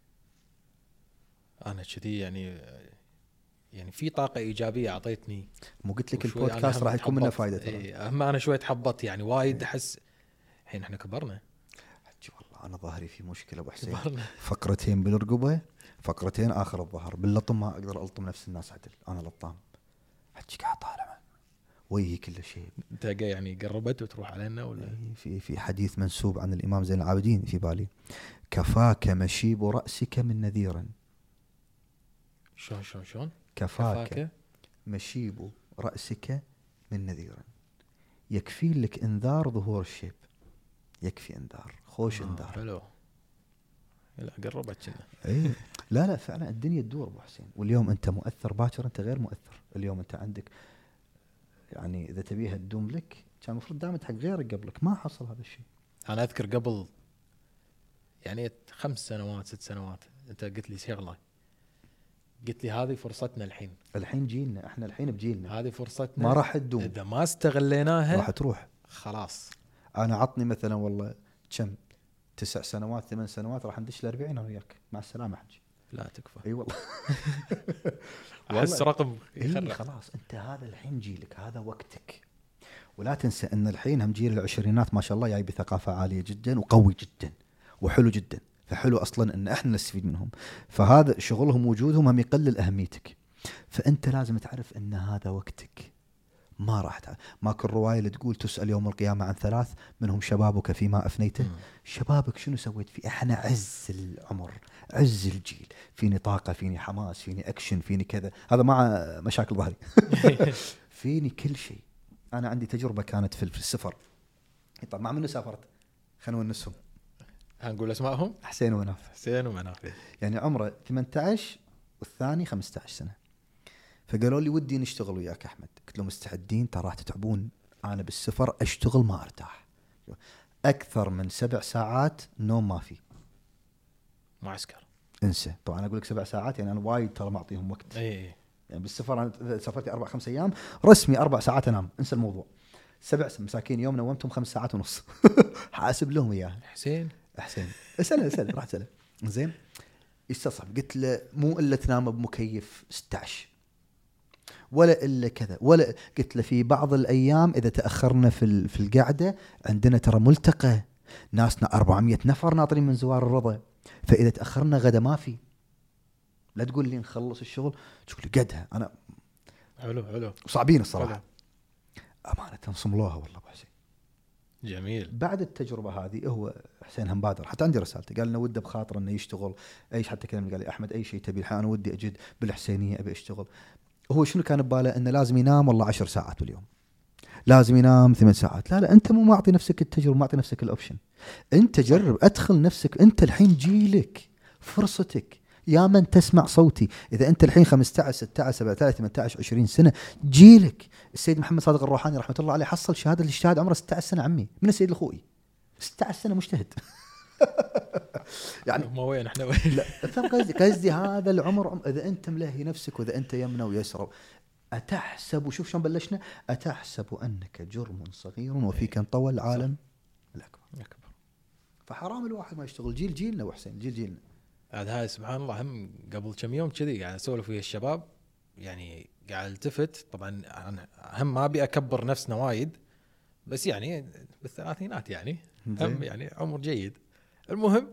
أنا كذي يعني يعني في طاقة إيجابية أعطيتني. مو قلت لك البودكاست راح يكون منه فائدة. إيه أما أنا شوية تحبط يعني وايد أحس الحين إحنا كبرنا. والله أنا ظهري في مشكلة أبو حسين، فقرتين بالرقبة فقرتين آخر الظهر، باللطم ما أقدر ألطم نفس الناس عدل. أنا لطام حجي قاعد طالع وجهي كل شيء. أنت جاي يعني قربت وتروح علينا ولا؟ في في حديث منسوب عن الإمام زين العابدين في بالي: كفاك مشيب رأسك من نذيرا. شلون شلون شلون؟ كفاك, كفاك مشيب رأسك من نذيرا. يكفي لك إنذار ظهور الشيب، يكفي إنذار، خوش آه إنذار. حلو. لا قربت كنا. ايه لا لا فعلا الدنيا تدور ابو حسين. واليوم انت مؤثر، باكر انت غير مؤثر. اليوم انت عندك يعني اذا تبيها تدوم لك كان المفروض دامت حق غيرك قبلك، ما حصل هذا الشيء. انا اذكر قبل يعني خمس سنوات ست سنوات انت قلت لي شغله، قلت لي هذه فرصتنا الحين. الحين جيلنا احنا، الحين بجيلنا هذه فرصتنا ما راح تدوم. اذا ما استغليناها راح تروح خلاص. انا عطني مثلا والله كم تسع سنوات ثمان سنوات راح ندش الأربعين انا وياك، مع السلامه حجي. لا تكفى. اي والله احس رقم يخرب. خلاص انت هذا الحين جيلك، هذا وقتك. ولا تنسى ان الحين هم جيل العشرينات ما شاء الله جاي بثقافه عاليه جدا وقوي جدا وحلو جدا. فحلو اصلا ان احنا نستفيد منهم. فهذا شغلهم وجودهم هم يقلل اهميتك. فانت لازم تعرف ان هذا وقتك، ما راح تعرف. ماكو الرواية اللي تقول تسأل يوم القيامة عن ثلاث منهم شبابك فيما أفنيته. مم. شبابك شنو سويت فيه؟ احنا عز العمر، عز الجيل، فيني طاقة، فيني حماس، فيني أكشن، فيني كذا، هذا مع مشاكل ظهري فيني كل شيء. أنا عندي تجربة كانت في السفر. طب مع منو سافرت؟ خلونا ننسهم، هنقول اسمائهم. حسين وناف. حسين ومناف. يعني عمره ثمانية عشر والثاني خمسة عشر سنة. فقالوا لي ودي نشتغل وياك أحمد. قلت له مستعدين، ترى راح تتعبون، أنا بالسفر أشتغل ما أرتاح. أكثر من سبع ساعات نوم ما في. معسكر. انسى. طبعا أنا أقول لك سبع ساعات يعني أنا وايد ترى معطيهم وقت. اي يعني بالسفر أنا سافرت أربع خمس أيام رسمي أربع ساعات أنام، انسى الموضوع. سبع مساكين يوم نومتهم خمس ساعات ونص حاسب لهم إياها. حسين حسين اسأله اسأله راح اسأله. زين استصعب. قلت له مو إلا تنام بمكيف ستة عشر ولا إلا كذا ولا. قلت له في بعض الأيام إذا تأخرنا في في القعدة عندنا ترى ملتقى ناسنا أربعمية نفر ناطرين من زوار الرضا، فإذا تأخرنا غدا ما في. لا تقول لي نخلص الشغل تقول لي قدها. أنا حلو حلو صعبين الصراحة. حلو. أمانة صملوها والله أبو حسين. جميل. بعد التجربة هذه هو حسين هم بادر، حتى عندي رسالته قال لنا وده بخاطر انه يشتغل ايش. حتى كلمني قال لي احمد اي شيء تبي الحين انا ودي اجد بالحسينية ابي اشتغل. هو شنو كان بباله؟ انه لازم ينام والله عشر ساعات باليوم، لازم ينام ثمان ساعات. لا لا انت مو معطي نفسك التجربة، معطي نفسك الاوبشن. انت جرب، ادخل نفسك. انت الحين جيلك فرصتك يا من تسمع صوتي. اذا انت الحين خمسة عشر ستة عشر سبعة عشر ثمانية عشر عشرين سنة جيلك. السيد محمد صادق الروحاني رحمة الله عليه حصل شهادة الاجتهاد عمره ستة عشر سنة عمي من السيد الخوئي. ستة عشر سنة مجتهد يعني ما وين احنا وين. لا فهم قصدي قصدي هذا العمر. اذا انت ملهي نفسك واذا انت يمنى ويسرى اتحسب. وشوف شلون بلشنا، اتحسب انك جرم صغير وفيك انطوى العالم الاكبر. أكبر. فحرام الواحد ما يشتغل. جيل جيلنا وحسين جيل جيلنا. عاد هاي سبحان الله هم قبل كم يوم كذي قاعد اسولف ويا الشباب، يعني قاعد التفت. طبعا انا هم ما ابي اكبر نفسنا وايد، بس يعني بالثلاثينات يعني هم يعني عمر جيد. المهم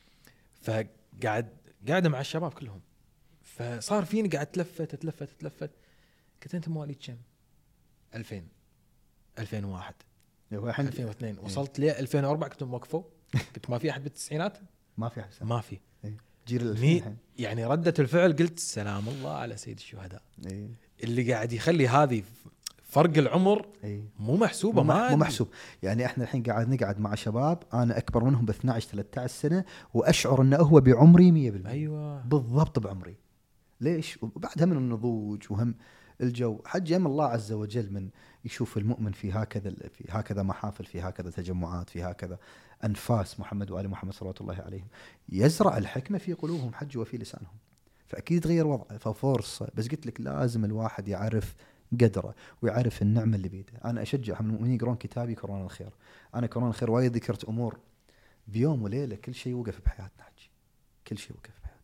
فقاعد قاعده مع الشباب كلهم، فصار فيني قاعد تلفت تلفت تلفت. قلت انت مواليد كم؟ ألفين ألفين وواحد ألفين واثنين وصلت ل ألفين وأربعة كنت موقفوا. كنت ما في احد بالتسعينات، ما في احسن. ما في إيه. جيل الألفين يعني ردة الفعل قلت سلام الله على سيد الشهداء. إيه. اللي قاعد يخلي هذه فرق العمر إيه. مو محسوبه. مو, ما مو محسوب. يعني احنا الحين قاعد نقعد مع شباب انا اكبر منهم ب اثني عشر ثلاثة عشر سنه واشعر انه هو بعمري مية بالمية. ايوه بالضبط بعمري. ليش؟ وبعدها من النضوج وهم الجو. حج يم الله عز وجل من يشوف المؤمن في هكذا في هكذا محافل، في هكذا تجمعات، في هكذا انفاس محمد وال محمد صلى الله عليه، يزرع الحكمه في قلوبهم حج وفي لسانهم، فاكيد يتغير وضعه. ففرصه. بس قلت لك لازم الواحد يعرف قدره ويعرف النعمه اللي بيده. انا اشجع من المؤمنين يقرون كتابي كورونا الخير. انا كورونا الخير وايد ذكرت امور بيوم وليله كل شيء وقف بحياتنا حج. كل شيء وقف بحياتنا،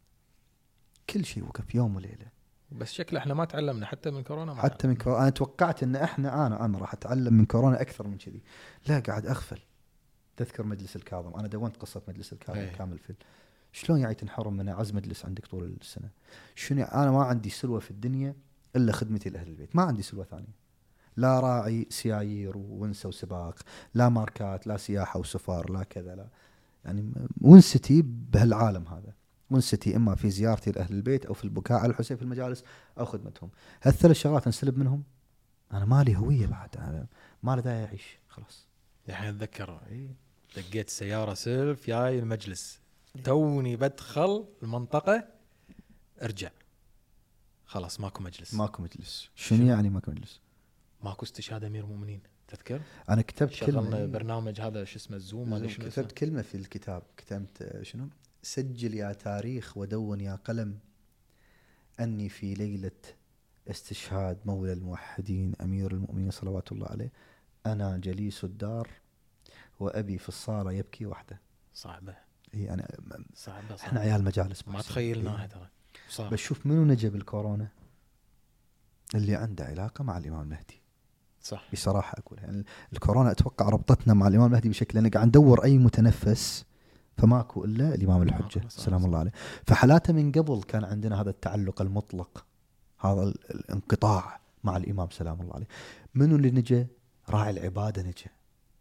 كل شيء وقف يوم وليله. بس شكله احنا ما تعلمنا حتى من كورونا. ما حتى من كورونا انا توقعت ان احنا انا انا راح اتعلم من كورونا اكثر من كذي. لا قاعد اغفل. تذكر مجلس الكاظم؟ انا دونت قصه مجلس الكاظم أيه. كامل فيلم. شلون يعني تنحرم من اعز مجلس عندك طول السنه؟ شنو انا ما عندي سلوه في الدنيا الا خدمتي لاهل البيت، ما عندي سلوه ثانيه. لا راعي سيايير وونسه وسباق، لا ماركات، لا سياحه وسفر، لا كذا، لا يعني ونستي بهالعالم هذا. ونستي اما في زيارتي لاهل البيت او في البكاء على الحسين في المجالس او خدمتهم. هالثلاث شغلات انسلب منهم انا مالي هويه بعد. أنا ما له داعي اعيش خلاص. الحين اتذكر دقيت سياره سيلف جاي المجلس، توني بدخل المنطقه ارجع خلاص ماكو مجلس. ماكو مجلس. شنو يعني ماكو مجلس؟ ماكو استشهاد امير المؤمنين. تذكر انا كتبت شغلنا كلمه برنامج هذا شو اسمه الزوم ولا شنو كتبت كلمه في الكتاب. كتبت شنو؟ سجل يا تاريخ ودون يا قلم اني في ليله استشهاد مولى الموحدين أمير المؤمنين صلوات الله عليه أنا جليس الدار وأبي في الصالة يبكي وحده. صعبة. إيه أنا صعبة, صعبة. إحنا عيال مجالس ما تخيلناها ترى. إيه. بس شوف منو نجا بالكورونا؟ اللي عنده علاقة مع الإمام المهدي. صح. بصراحة أقول يعني الكورونا أتوقع ربطتنا مع الإمام المهدي بشكل أنك قاعد ندور أي متنفس فماكو إلا الإمام الحجة سلام الله عليه. فحالاته من قبل كان عندنا هذا التعلق المطلق، هذا الانقطاع مع الإمام سلام الله عليه. منو اللي نجى؟ راعي العبادة نجى.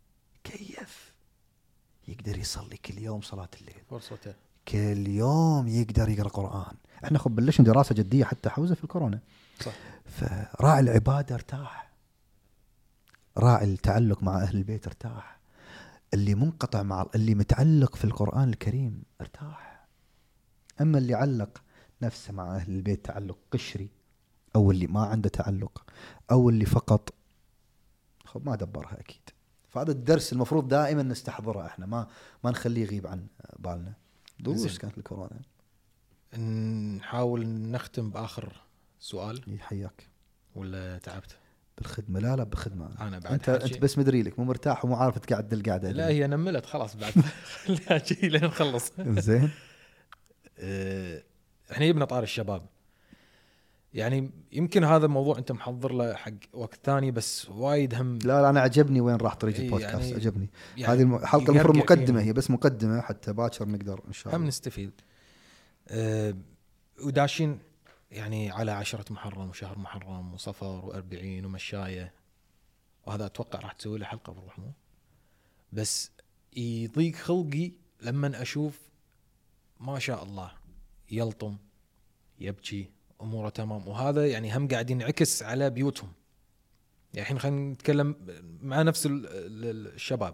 كيف يقدر يصلي كل يوم صلاة الليل، فرصته كل يوم يقدر يقرأ قرآن. احنا خب بلشنا دراسة جدية حتى حوزة في الكورونا. صح. فراعي العبادة ارتاح، راعي التعلق مع أهل البيت ارتاح، اللي منقطع مع اللي متعلق في القرآن الكريم ارتاح. أما اللي علق نفسه مع أهل البيت تعلق قشري، أو اللي ما عنده تعلق، أو اللي فقط خب ما دبرها أكيد. فهذا الدرس المفروض دائما نستحضره، احنا ما ما نخليه يغيب عن بالنا. دروس كانت الكورونا. نحاول نختم بآخر سؤال. يحياك. ولا تعبت بالخدمة؟ لا لا بالخدمة. أنا بعد أنت, أنت بس مدري لك مو مرتاح ومو عارف تقعد القعدة. لا هي نملت خلاص بعد. خليها شيء لين نخلص. زين. اه احنا يبنا طار الشباب، يعني يمكن هذا الموضوع أنت محضر له حق وقت ثاني، بس وايد هم. لا لا أنا عجبني وين راح طريق البودكاست. يعني عجبني يعني هذه الحلقة المفروض مقدمة، هي بس مقدمة حتى باكر نقدر إن شاء الله هم نستفيد. اه وداشين يعني على عشرة محرم وشهر محرم وصفر وأربعين ومشاية، وهذا أتوقع راح تسوي له حلقة بروح مو بس. يضيق خلقي لما أشوف ما شاء الله يلطم يبكي أموره تمام، وهذا يعني هم قاعد ينعكس على بيوتهم. يعني الحين خلينا نتكلم مع نفس الشباب،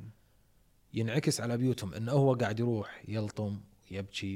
ينعكس على بيوتهم إنه هو قاعد يروح يلطم يبكي،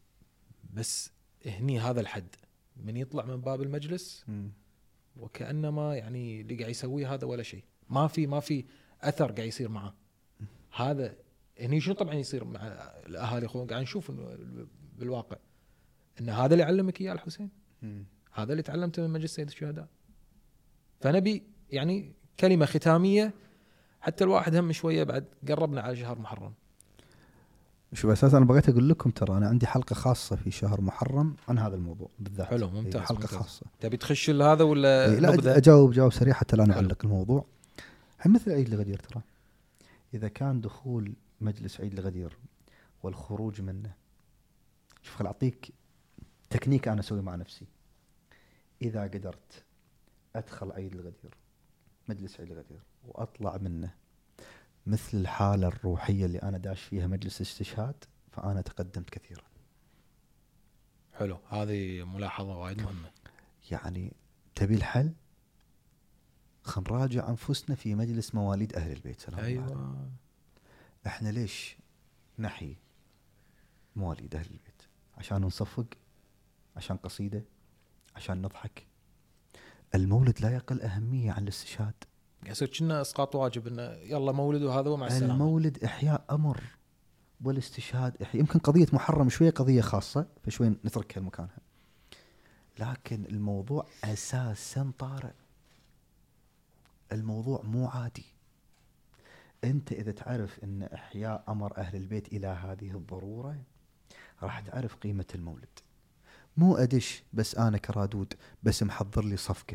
بس هني هذا الحد من يطلع من باب المجلس م. وكأنما يعني اللي قاعد يسويه هذا ولا شيء، ما في ما في أثر قاعد يصير معه. هذا هني شنو طبعا يصير مع الأهالي أخوان، قاعد نشوف بالواقع إن هذا اللي علمك إياه الحسين، م. هذا اللي تعلمته من مجلس سيد الشهداء. فنبي يعني كلمة ختامية حتى الواحد هم شوية بعد قربنا على شهر محرم. شوف أساسا أنا بغيت أقول لكم ترى أنا عندي حلقة خاصة في شهر محرم عن هذا الموضوع بالذات. حلو ممتاز. حلقة ممتاز. خاصة. تبي تخش هذا ولا لا نبدأ؟ أجاوب جواب سريع حتى لا نعلق الموضوع. هم مثل عيد الغدير ترى، إذا كان دخول مجلس عيد الغدير والخروج منه، شوف خل أعطيك تكنيك أنا أسوي مع نفسي. إذا قدرت أدخل عيد الغدير مجلس عيد الغدير وأطلع منه مثل الحالة الروحية اللي أنا داش فيها مجلس استشهاد، فأنا تقدمت كثيرا. حلو، هذه ملاحظة وايد مهمة. يعني تبي الحل، خل نراجع أنفسنا في مجلس مواليد أهل البيت سلام أيوة. الله عليه. إحنا ليش نحيي مواليد أهل البيت؟ عشان نصفق، عشان قصيدة، عشان نضحك. المولد لا يقل أهمية عن الاستشهاد. يصير كنا اسقاط واجب انه يلا مولد وهذا ومع السلامه. المولد احياء امر والاستشهاد احياء. يمكن قضيه محرم شويه قضيه خاصه فشوي نتركها لمكانها، لكن الموضوع اساسا طارئ. الموضوع مو عادي. انت اذا تعرف ان احياء امر اهل البيت الى هذه الضروره راح تعرف قيمه المولد. مو ادش بس انا كرادود بس محضر لي صفقه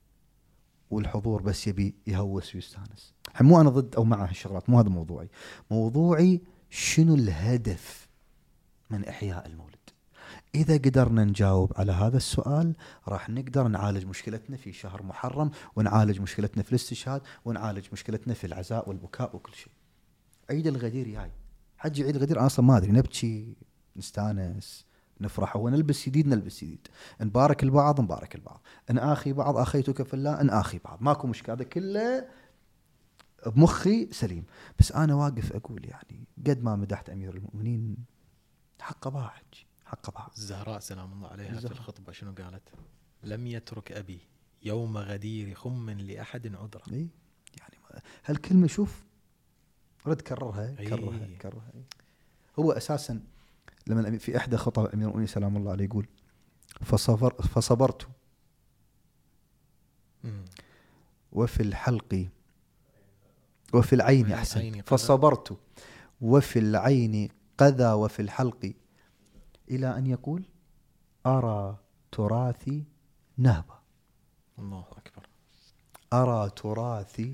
والحضور بس يبي يهوس ويستانس. مو أنا ضد أو مع هالشغلات، مو هذا موضوعي. موضوعي شنو الهدف من إحياء المولد. إذا قدرنا نجاوب على هذا السؤال راح نقدر نعالج مشكلتنا في شهر محرم، ونعالج مشكلتنا في الاستشهاد، ونعالج مشكلتنا في العزاء والبكاء وكل شيء. عيد الغدير جاي، حجي عيد الغدير أنا أصلا ما أدري، نبكي نستانس نفرح ونلبس جديد نلبس جديد، نبارك البعض نبارك البعض، ان اخي بعض اخيتك في الله ان اخي بعض، ماكو مشكله، هذا كله بمخي سليم. بس انا واقف اقول يعني قد ما مدحت امير المؤمنين حق ضاع، حق ضاع. الزهراء سلام الله عليها الزهراء. في الخطبه شنو قالت؟ لم يترك ابي يوم غدير خم لاحد عذرا. اي يعني هالكلمه شوف رد كررها كررها أي. كررها أي. هو اساسا لما في إحدى خطب أمير المؤمنين سلام الله عليه يقول فصبر فصبرت م. وفي الحلق وفي العين أحسن فصبرت وفي العين قذى وفي الحلق إلى أن يقول أرى تراثي نهبة. الله أكبر. أرى تراثي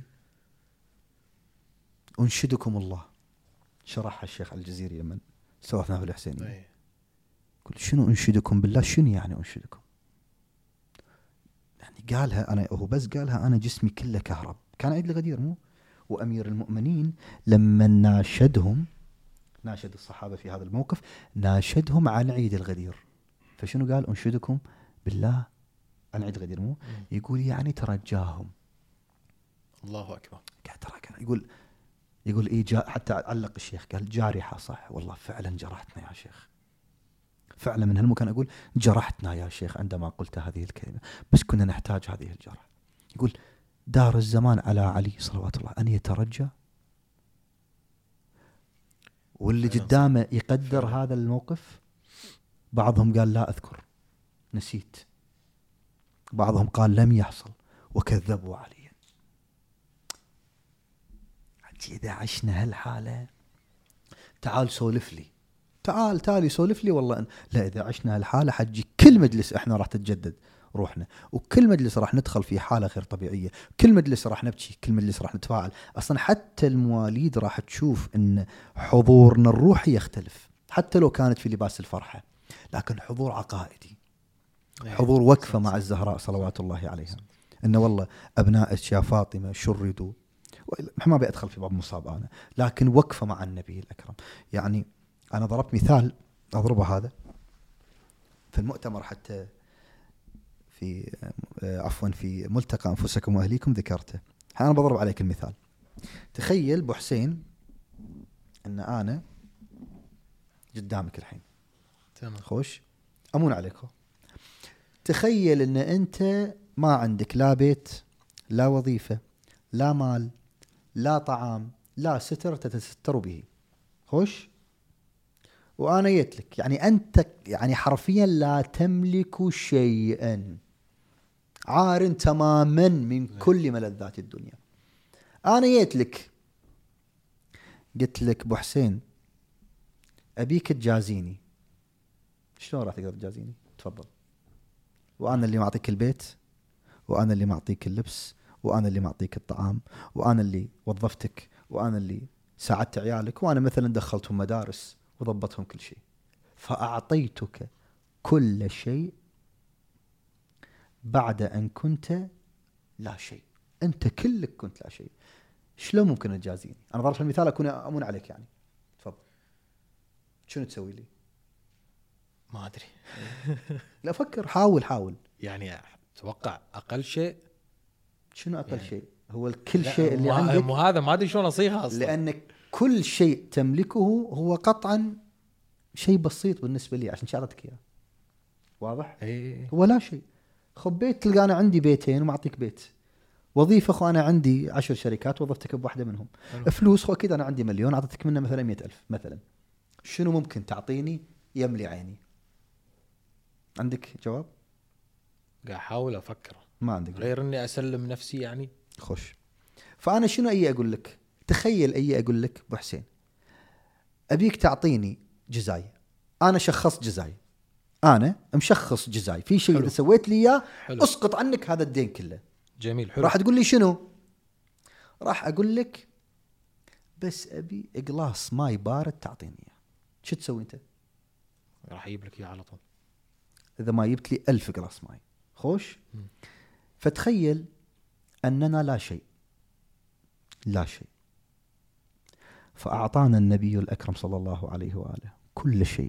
أنشدكم الله. شرحها الشيخ الجزيري لمن استضفناه في الحسينية. قل شنو أنشدكم بالله؟ شنو يعني أنشدكم؟ يعني قالها أنا، هو بس قالها أنا جسمي كله كهرب. كان عيد الغدير مو؟ وأمير المؤمنين لما ناشدهم، ناشد الصحابة في هذا الموقف، ناشدهم عن عيد الغدير. فشنو قال؟ أنشدكم بالله عن عيد الغدير مو؟ يقول يعني ترجاهم. الله أكبر. قاعد ترى يقول يقول إيه جا، حتى علق الشيخ قال جارحة صح والله فعلا جرحتنا يا شيخ، فعلا من هالمكان أقول جرحتنا يا شيخ عندما قلت هذه الكلمة، بس كنا نحتاج هذه الجرح. يقول دار الزمان على علي صلوات الله أن يترجى، واللي قدامه يقدر فعلا هذا الموقف. بعضهم قال لا أذكر، نسيت. بعضهم قال لم يحصل وكذبوا عليا. إذا عشنا هالحالة تعال سولف لي، تعال تالي سولف لي والله أن... لا إذا عشنا هالحالة حجي كل مجلس إحنا راح تتجدد روحنا، وكل مجلس راح ندخل في حالة غير طبيعية، كل مجلس راح نبكي، كل مجلس راح نتفاعل. أصلا حتى المواليد راح تشوف أن حضورنا الروحي يختلف، حتى لو كانت في لباس الفرحة، لكن حضور عقائدي، حضور وقفة مع الزهراء صلوات الله عليها، أنه والله أبناء يا فاطمة شردوا. ما بيدخل في باب مصاب أنا، لكن وقفة مع النبي الأكرم. يعني أنا ضربت مثال أضربه هذا في المؤتمر، حتى في عفوا في ملتقى أنفسكم وأهليكم ذكرته. أنا بضرب عليك المثال. تخيل أبو حسين أن أنا قدامك الحين، تمام، خوش أمون عليكم. تخيل أن أنت ما عندك لا بيت، لا وظيفة، لا مال، لا طعام، لا ستر تتستر به، خوش. وأنا جيت لك، يعني أنت يعني حرفيا لا تملك شيئا، عار تماما من كل ملذات الدنيا. أنا جيت لك قلت لك أبو حسين أبيك تجازيني. شلون راح تقدر تجازيني؟ تفضل. وأنا اللي معطيك البيت، وأنا اللي معطيك اللبس، وأنا اللي معطيك الطعام، وأنا اللي وظفتك، وأنا اللي ساعدت عيالك، وأنا مثلا دخلتهم مدارس وضبطهم كل شيء. فأعطيتك كل شيء بعد أن كنت لا شيء. أنت كلك كنت لا شيء، شلون ممكن تجازيني؟ أنا ضربت المثال أكون أمون عليك يعني. تفضل، شنو تسوي لي؟ ما أدري. لا فكر، حاول حاول. يعني أتوقع أقل شيء. شنو أقل يعني شيء؟ هو كل شيء اللي عندك. مو هذا ما أدري شلون أصيغها أصلا. لأنك كل شيء تملكه هو قطعا شيء بسيط بالنسبة لي، عشان شعرتك إياه. واضح؟ إيه. هو لا شيء. خب بيت، تلقى أنا عندي بيتين ومعطيك بيت. وظيفة، خو أنا عندي عشر شركات وظفتك بواحدة منهم. حلو. فلوس، خو أكيد أنا عندي مليون أعطيتك منه مثلا مئة ألف مثلا. شنو ممكن تعطيني يملي عيني؟ عندك جواب؟ قاعد أحاول أفكر. ما عندك غير إني أسلم نفسي يعني. خوش. فأنا شنو أي أقول لك؟ تخيل أي أقول لك أبو حسين أبيك تعطيني جزاي. أنا شخصت جزاي، أنا مشخص جزاي في شيء إذا سويت لي إياه أسقط عنك هذا الدين كله. جميل، حلو. راح تقول لي شنو؟ راح أقول لك بس أبي إقلاص ماي بارد تعطيني إياه. شو تسوي أنت؟ راح أجيب لك إياه على طول. إذا ما جبت لي ألف إقلاص ماي، خوش. م. فتخيل أننا لا شيء، لا شيء، فأعطانا النبي الأكرم صلى الله عليه وآله كل شيء.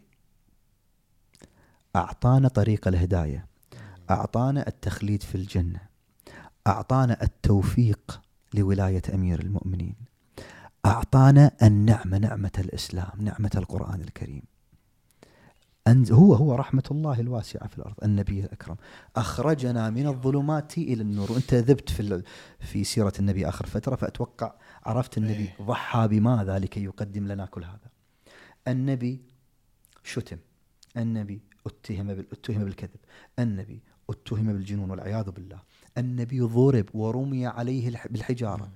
أعطانا طريق الهداية، أعطانا التخليد في الجنة، أعطانا التوفيق لولاية أمير المؤمنين، أعطانا النعمة، نعمة الإسلام، نعمة القرآن الكريم. هو هو رحمة الله الواسعة في الأرض. النبي الأكرم أخرجنا من الظلمات إلى النور. وأنت ذبت في في سيرة النبي آخر فترة، فأتوقع عرفت النبي ضحى بماذا لكي يقدم لنا كل هذا. النبي شتم، النبي اتهم اتهم بالكذب، النبي اتهم بالجنون والعياذ بالله، النبي ضرب ورمي عليه بالحجارة.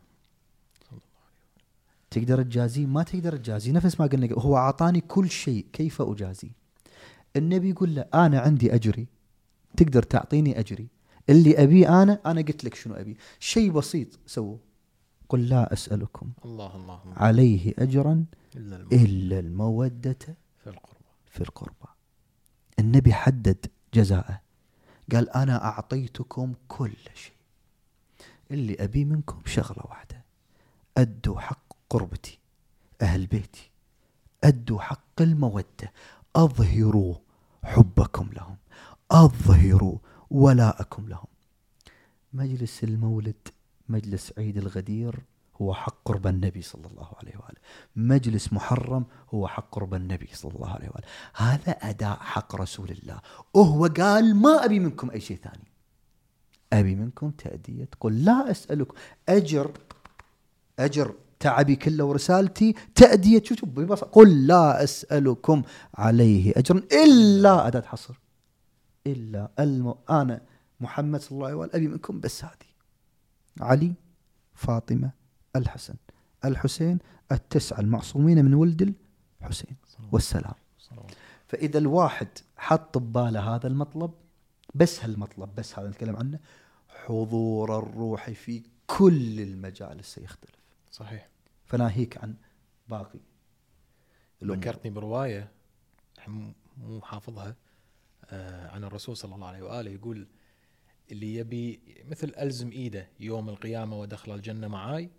تقدر تجازي؟ ما تقدر تجازي. نفس ما قلنا هو أعطاني كل شيء، كيف أجازي؟ النبي يقول له أنا عندي أجري، تقدر تعطيني أجري اللي أبي أنا أنا قلت لك شنو أبي، شيء بسيط سووا. قل لا أسألكم الله الله الله عليه أجرا إلا, إلا المودة في القربى. في القربى. النبي حدد جزاءه، قال أنا أعطيتكم كل شيء، اللي أبي منكم شغلة واحدة، أدوا حق قربتي أهل بيتي، أدوا حق المودة، أظهروا حبكم لهم، أظهروا ولاءكم لهم. مجلس المولد، مجلس عيد الغدير هو حق قرب النبي صلى الله عليه وآله، مجلس محرم هو حق قرب النبي صلى الله عليه وآله. هذا أداء حق رسول الله، وهو قال ما أبي منكم أي شيء ثاني، أبي منكم تأدية، قل لا أسألكم أجر، أجر تعبي كله ورسالتي تأدية، شو شو قل لا أسألكم عليه أجر إلا أداة حصر، إلا الم... أنا محمد صلى الله عليه وآله أبي منكم بس هذه، علي، فاطمة، الحسن، الحسين، التسعة المعصومين من ولد الحسين والسلام. فإذا الواحد حط بباله هذا المطلب، بس هالمطلب بس هذا نتكلم عنه، حضور الروح في كل المجالس سيختلف. صحيح. فناهيك عن باقي. ذكرتني برواية مو حافظها آه عن الرسول صلى الله عليه وآله، يقول اللي يبي مثل ألزم إيده يوم القيامة ودخل الجنة معاي،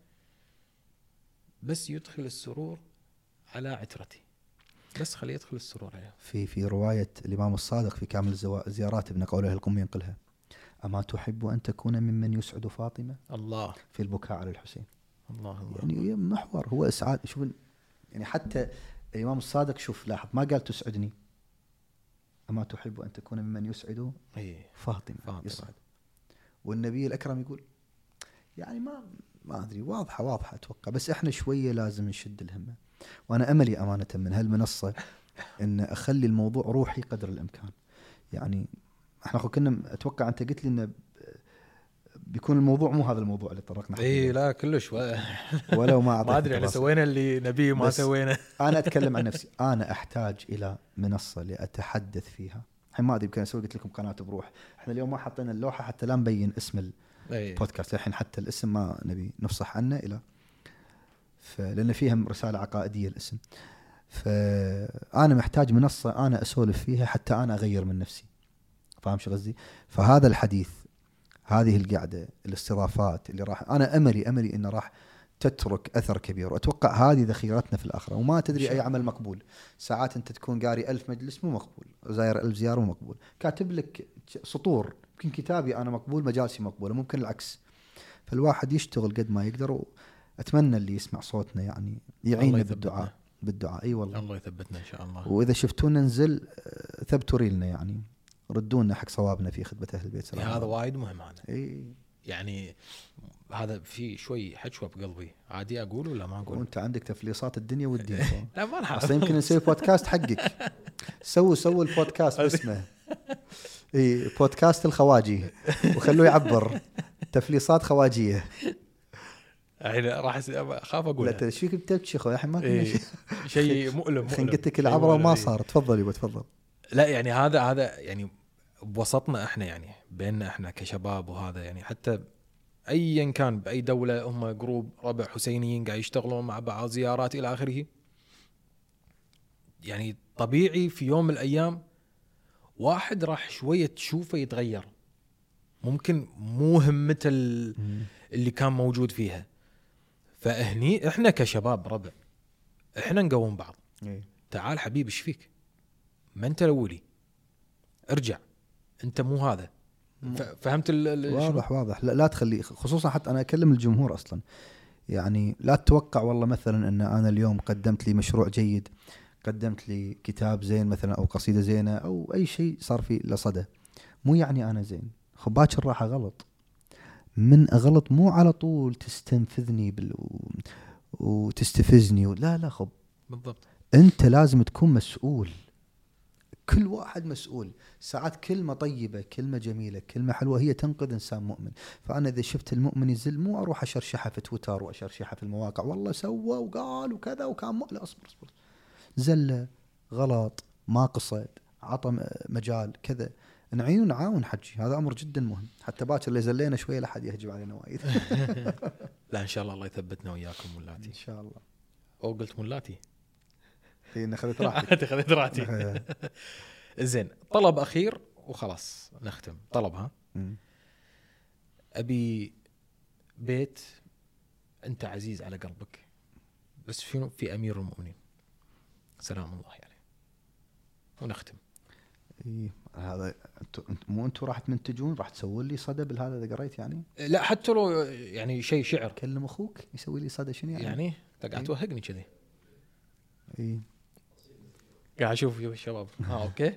بس يدخل السرور على عترتي، بس خليه يدخل السرور عليه. في في رواية الإمام الصادق في كامل الزيارات ابن قوله القم ينقلها، أما تحب أن تكون ممن يسعد فاطمة؟ الله. في البكاء على الحسين. الله الله. يعني محور هو إسعاد. شوف يعني حتى الإمام الصادق شوف لاحظ ما قال تسعدني، أما تحب أن تكون ممن يسعد فاطمة, فاطمة. يسعد. والنبي الأكرم يقول يعني ما ما أدري، واضحة واضحة أتوقع، بس إحنا شوية لازم نشد الهمة. وأنا أملي أمانة من هالمنصة إن أخلي الموضوع روحي قدر الإمكان. يعني إحنا كنا أتوقع أنت قلت لي إنه بيكون الموضوع مو هذا الموضوع اللي طرقنا فيه. إيه لا كلش و... ولو ما ما أدري إحنا سوينا اللي نبيه ما سوينا. أنا أتكلم عن نفسي، أنا أحتاج إلى منصة لأتحدث فيها. الحين ما أدري يمكن أسوي قلت لكم قناة بروح، إحنا اليوم ما حطينا اللوحة حتى لا نبين اسم البودكاست. الحين حتى الاسم ما نبي نفصح عنه إلى لأن فيها رسالة عقائدية الاسم. فأنا محتاج منصة أنا أسولف فيها حتى أنا أغير من نفسي. فاهم شو قصدي؟ فهذا الحديث، هذه القعدة، الاستضافات اللي راح، أنا أملي أملي إنه راح تترك أثر كبير. وأتوقع هذه ذخيرتنا في الآخرة. وما تدري أي عمل مقبول، ساعات أنت تكون قاري ألف مجلس مو مقبول، زاير ألف زيارة مو مقبول، كاتب لك سطور، يمكن كتابي أنا مقبول، مجالسي مقبولة، ممكن العكس. فالواحد يشتغل قد ما يقدر. أتمنى اللي يسمع صوتنا يعني يعيننا بالدعاء بالدعاء. أي والله الله يثبتنا إن شاء الله. وإذا شفتونا ننزل ثبتوا ريلنا، يعني ردونا حق صوابنا في خدمة أهل البيت. هذا وايد مهم هذا. إيه يعني هذا في شوي حشوة بقلبي، عادي أقول ولا ما أقول؟ وأنت عندك تفليصات الدنيا والدين. لا ما نحاول. أصلا يمكن نسوي بودكاست حقك. سووا سووا البودكاست باسمه إيه بودكاست الخواجي، وخلوه يعبر تفليصات خواجية. الحين راح أخاف أقول. لا تشويك بتبكي أخوي الحين ما إيه شيء مؤلم. خنقتك العبرة وما صار. تفضلي وتفضل. لا يعني هذا هذا يعني بوسطنا احنا، يعني بيننا احنا كشباب، وهذا يعني حتى ايا كان باي دوله هم جروب ربع حسينيين قاعد يشتغلون مع بعض، زيارات الى اخره. يعني طبيعي في يوم من الايام واحد راح شويه تشوفه يتغير، ممكن مو همته اللي كان موجود فيها. فهني احنا كشباب ربع احنا نقوم بعض. تعال حبيبي ايش فيك؟ ما انت الاولي، ارجع، انت مو هذا. فهمت واضح واضح. لا, لا تخلي، خصوصا حتى انا اكلم الجمهور اصلا، يعني لا تتوقع والله مثلا ان انا اليوم قدمت لي مشروع جيد، قدمت لي كتاب زين مثلا او قصيده زينه او اي شيء صار في لصدى، مو يعني انا زين. خب باكر راح اغلط، من اغلط مو على طول تستنفذني بال وتستفزني. لا لا خب بالضبط، انت لازم تكون مسؤول. كل واحد مسؤول. ساعات كلمة طيبة، كلمة جميلة، كلمة حلوة هي تنقذ إنسان مؤمن. فأنا إذا شفت المؤمن يزل مو أروح أشرشحه في تويتر وأشرشحه في المواقع، والله سوى وقال وكذا وكان مؤ... لا أصبر أصبر، زل غلط ما قصد عطى مجال كذا، نعين ونعاون حجي. هذا أمر جدا مهم. حتى باكر اللي زلينا شوية لحد يهجم علينا وايد. لا إن شاء الله الله يثبتنا وياكم مولاتي إن شاء الله. أو قلت مولاتي إيه أخذت راحتك. أخذت راحتي. زين، طلب أخير وخلاص نختم طلبها. مم. ابي بيت انت عزيز على قلبك، بس شنو في امير المؤمنين سلام الله عليه، ونختم. إيه هذا انتوا مو انتوا راح تمنتجون، راح تسوون لي صدى بالهذا اذا قريت يعني؟ لا حتى لو يعني شيء شعر. كلم اخوك يسوي لي صدى شنو يعني؟ يعني انت قاعد توهقني كذي. اي قاعد اشوف الشباب. اه اوكي.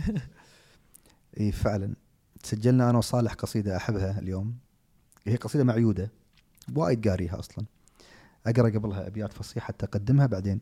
اي فعلا سجلنا انا وصالح قصيده احبها اليوم، هي قصيده معيوده وايد قاريها اصلا، اقرا قبلها ابيات فصيحه حتى اقدمها بعدين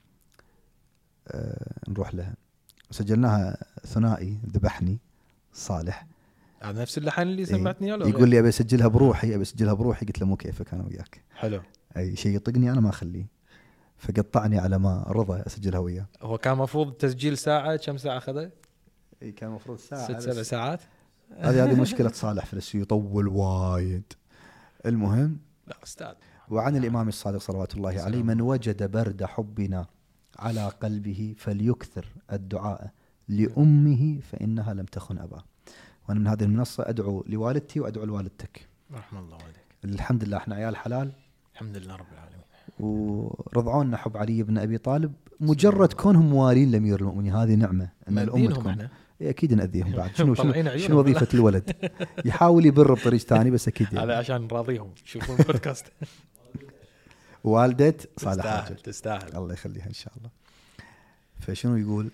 آه نروح لها. سجلناها ثنائي ذبحني صالح، هذا نفس اللحن اللي سمعتني إيه؟ له. يقول لي ابي اسجلها بروحي ابي اسجلها بروحي، قلت له مو كيفك انا وياك. حلو. اي شيء يطقني انا ما اخليه، فقطعني على ما رضى اسجلها وياه. هو كان مفروض تسجيل ساعه، كم ساعه اخذ؟ اي كان المفروض ساعه. ست سبع ساعات. هذه هذه مشكله صالح في الاستوديو، يطول وايد. المهم لا استاذ. وعن الامام الصادق صلوات الله عليه: من وجد برد حبنا على قلبه فليكثر الدعاء لامه فانها لم تخن اباه. وانا من هذه المنصه ادعو لوالدتي وادعو لوالدتك. رحم الله والديك. الحمد لله احنا عيال حلال، الحمد لله رب العالمين، ورضعونا حب علي بن ابي طالب. مجرد كونهم موالين لامير المؤمنين هذه نعمه، ان الام تكون احنا إيه اكيد ناذيهم بعد. شنو شنو, مطلعين شنو وظيفه الولد؟ يحاول يبر بطريق ثاني بس اكيد يعني. هذا عشان نراضيهم يشوفون البودكاست. والدة صالح تستاهل رجل تستاهل. الله يخليها ان شاء الله. فشنو يقول؟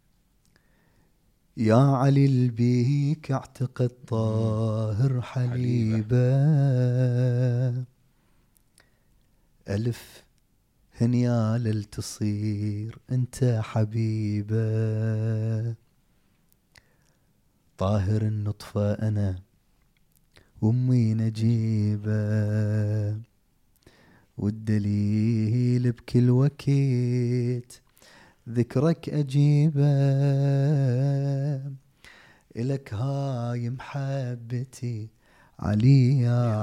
يا علي البيك اعتقد طاهر حليبه، ألف هنيال تصير انت حبيبه، طاهر النطفة انا وامي نجيبه، والدليل بكل وقت ذكرك أجيبه، إلك هاي محبتي علي يا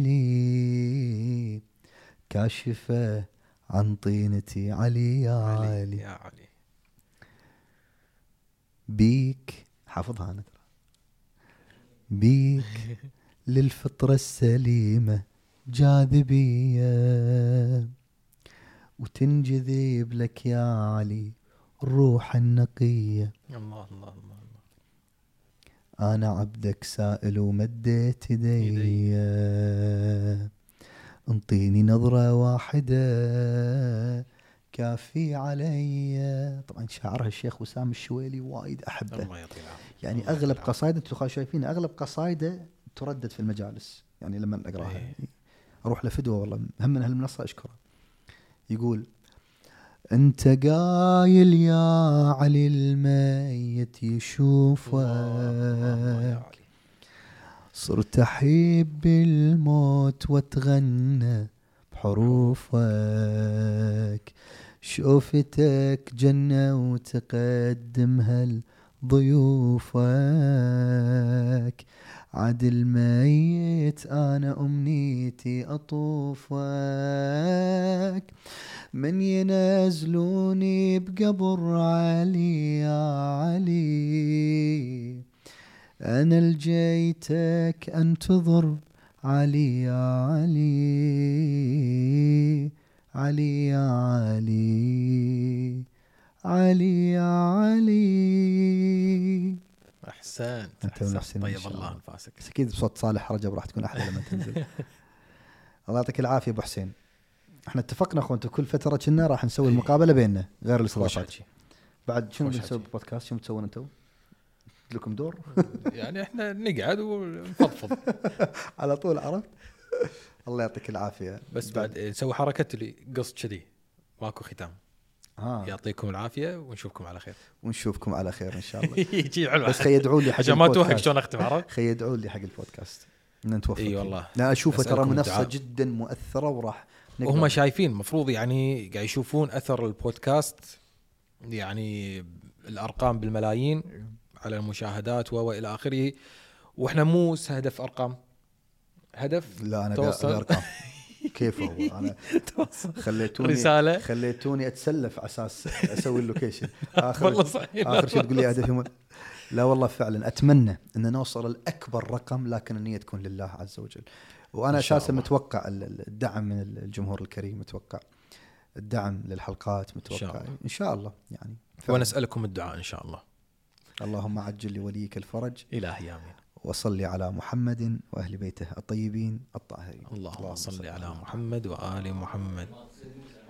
علي، كاشفة عن طينتي علي يا علي. يا علي بيك حافظها أنا ترى، بيك للفطرة السليمة جاذبية، وتنجذب لك يا علي الروح النقية. الله الله الله. أنا عبدك سائل ومديت يدي، انطيني نظرة واحدة كافي علي. طبعا شاعرها الشيخ وسام الشويلي وايد أحبه، الله يعطيه العافية. يعني أغلب قصائده انتم شايفين أغلب قصائده تردد في المجالس، يعني لما أقراها إيه. أروح لفدوة والله هم من هالمنصة أشكره. يقول: انت قايل يا علي الميت يشوفك، صرت احب الموت واتغنى بحروفك، شوفتك جنة وتقدمها لضيوفك، عاد الميت انا امنيتي اطوفك، من ينزلوني بقبر علي يا علي، أنا الجيتك أنتظر علي يا علي، علي يا علي، علي يا علي. أحسنت أنت من أحسنت. طيب الله أنفاسك. بس أكيد بصوت صالح رجب راح تكون أحلى لما تنزل. الله يعطيك العافية أبو حسين. احنا اتفقنا اخو انت كل فتره كنا راح نسوي المقابله بيننا غير الاستضافات. بعد شنو بنسوي بودكاست؟ شنو تسوون انتم؟ لكم دور؟ يعني احنا نقعد ونفضفض على طول، عرفت؟ الله يعطيك العافيه. بس بعد نسوي حركه اللي قص كذي ماكو ختام. ها يعطيكم العافيه ونشوفكم على خير. ونشوفكم على خير ان شاء الله. يجي حلو. بس خيدعوا لي حق عشان ما توهق شلون اختم، عرفت؟ خيدعوا لي حق البودكاست ان نتوفق. اي والله لا اشوفه ترى منصه تعال. جدا مؤثره وراح وهم شايفين المفروض يعني قاعد يشوفون اثر البودكاست، يعني الارقام بالملايين على المشاهدات والى اخره، واحنا مو هدف ارقام، هدف لا انا توصل ارقام. كيف هو انا خليتوني رسالة. خليتوني اتسلف على اساس اسوي اللوكيشن. اخر والله صحيح. اخر شيء تقول لي هدفي م... لا والله فعلا أتمنى أن نوصل لأكبر رقم، لكن النية تكون لله عز وجل. وأنا أساسا متوقع الدعم من الجمهور الكريم، متوقع الدعم للحلقات، متوقع إن شاء الله, إن شاء الله يعني. ونسألكم الدعاء إن شاء الله. اللهم عجل لوليك الفرج. إلهي آمين. وصلي على محمد وأهل بيته الطيبين الطاهرين. اللهم صل على محمد وآل محمد.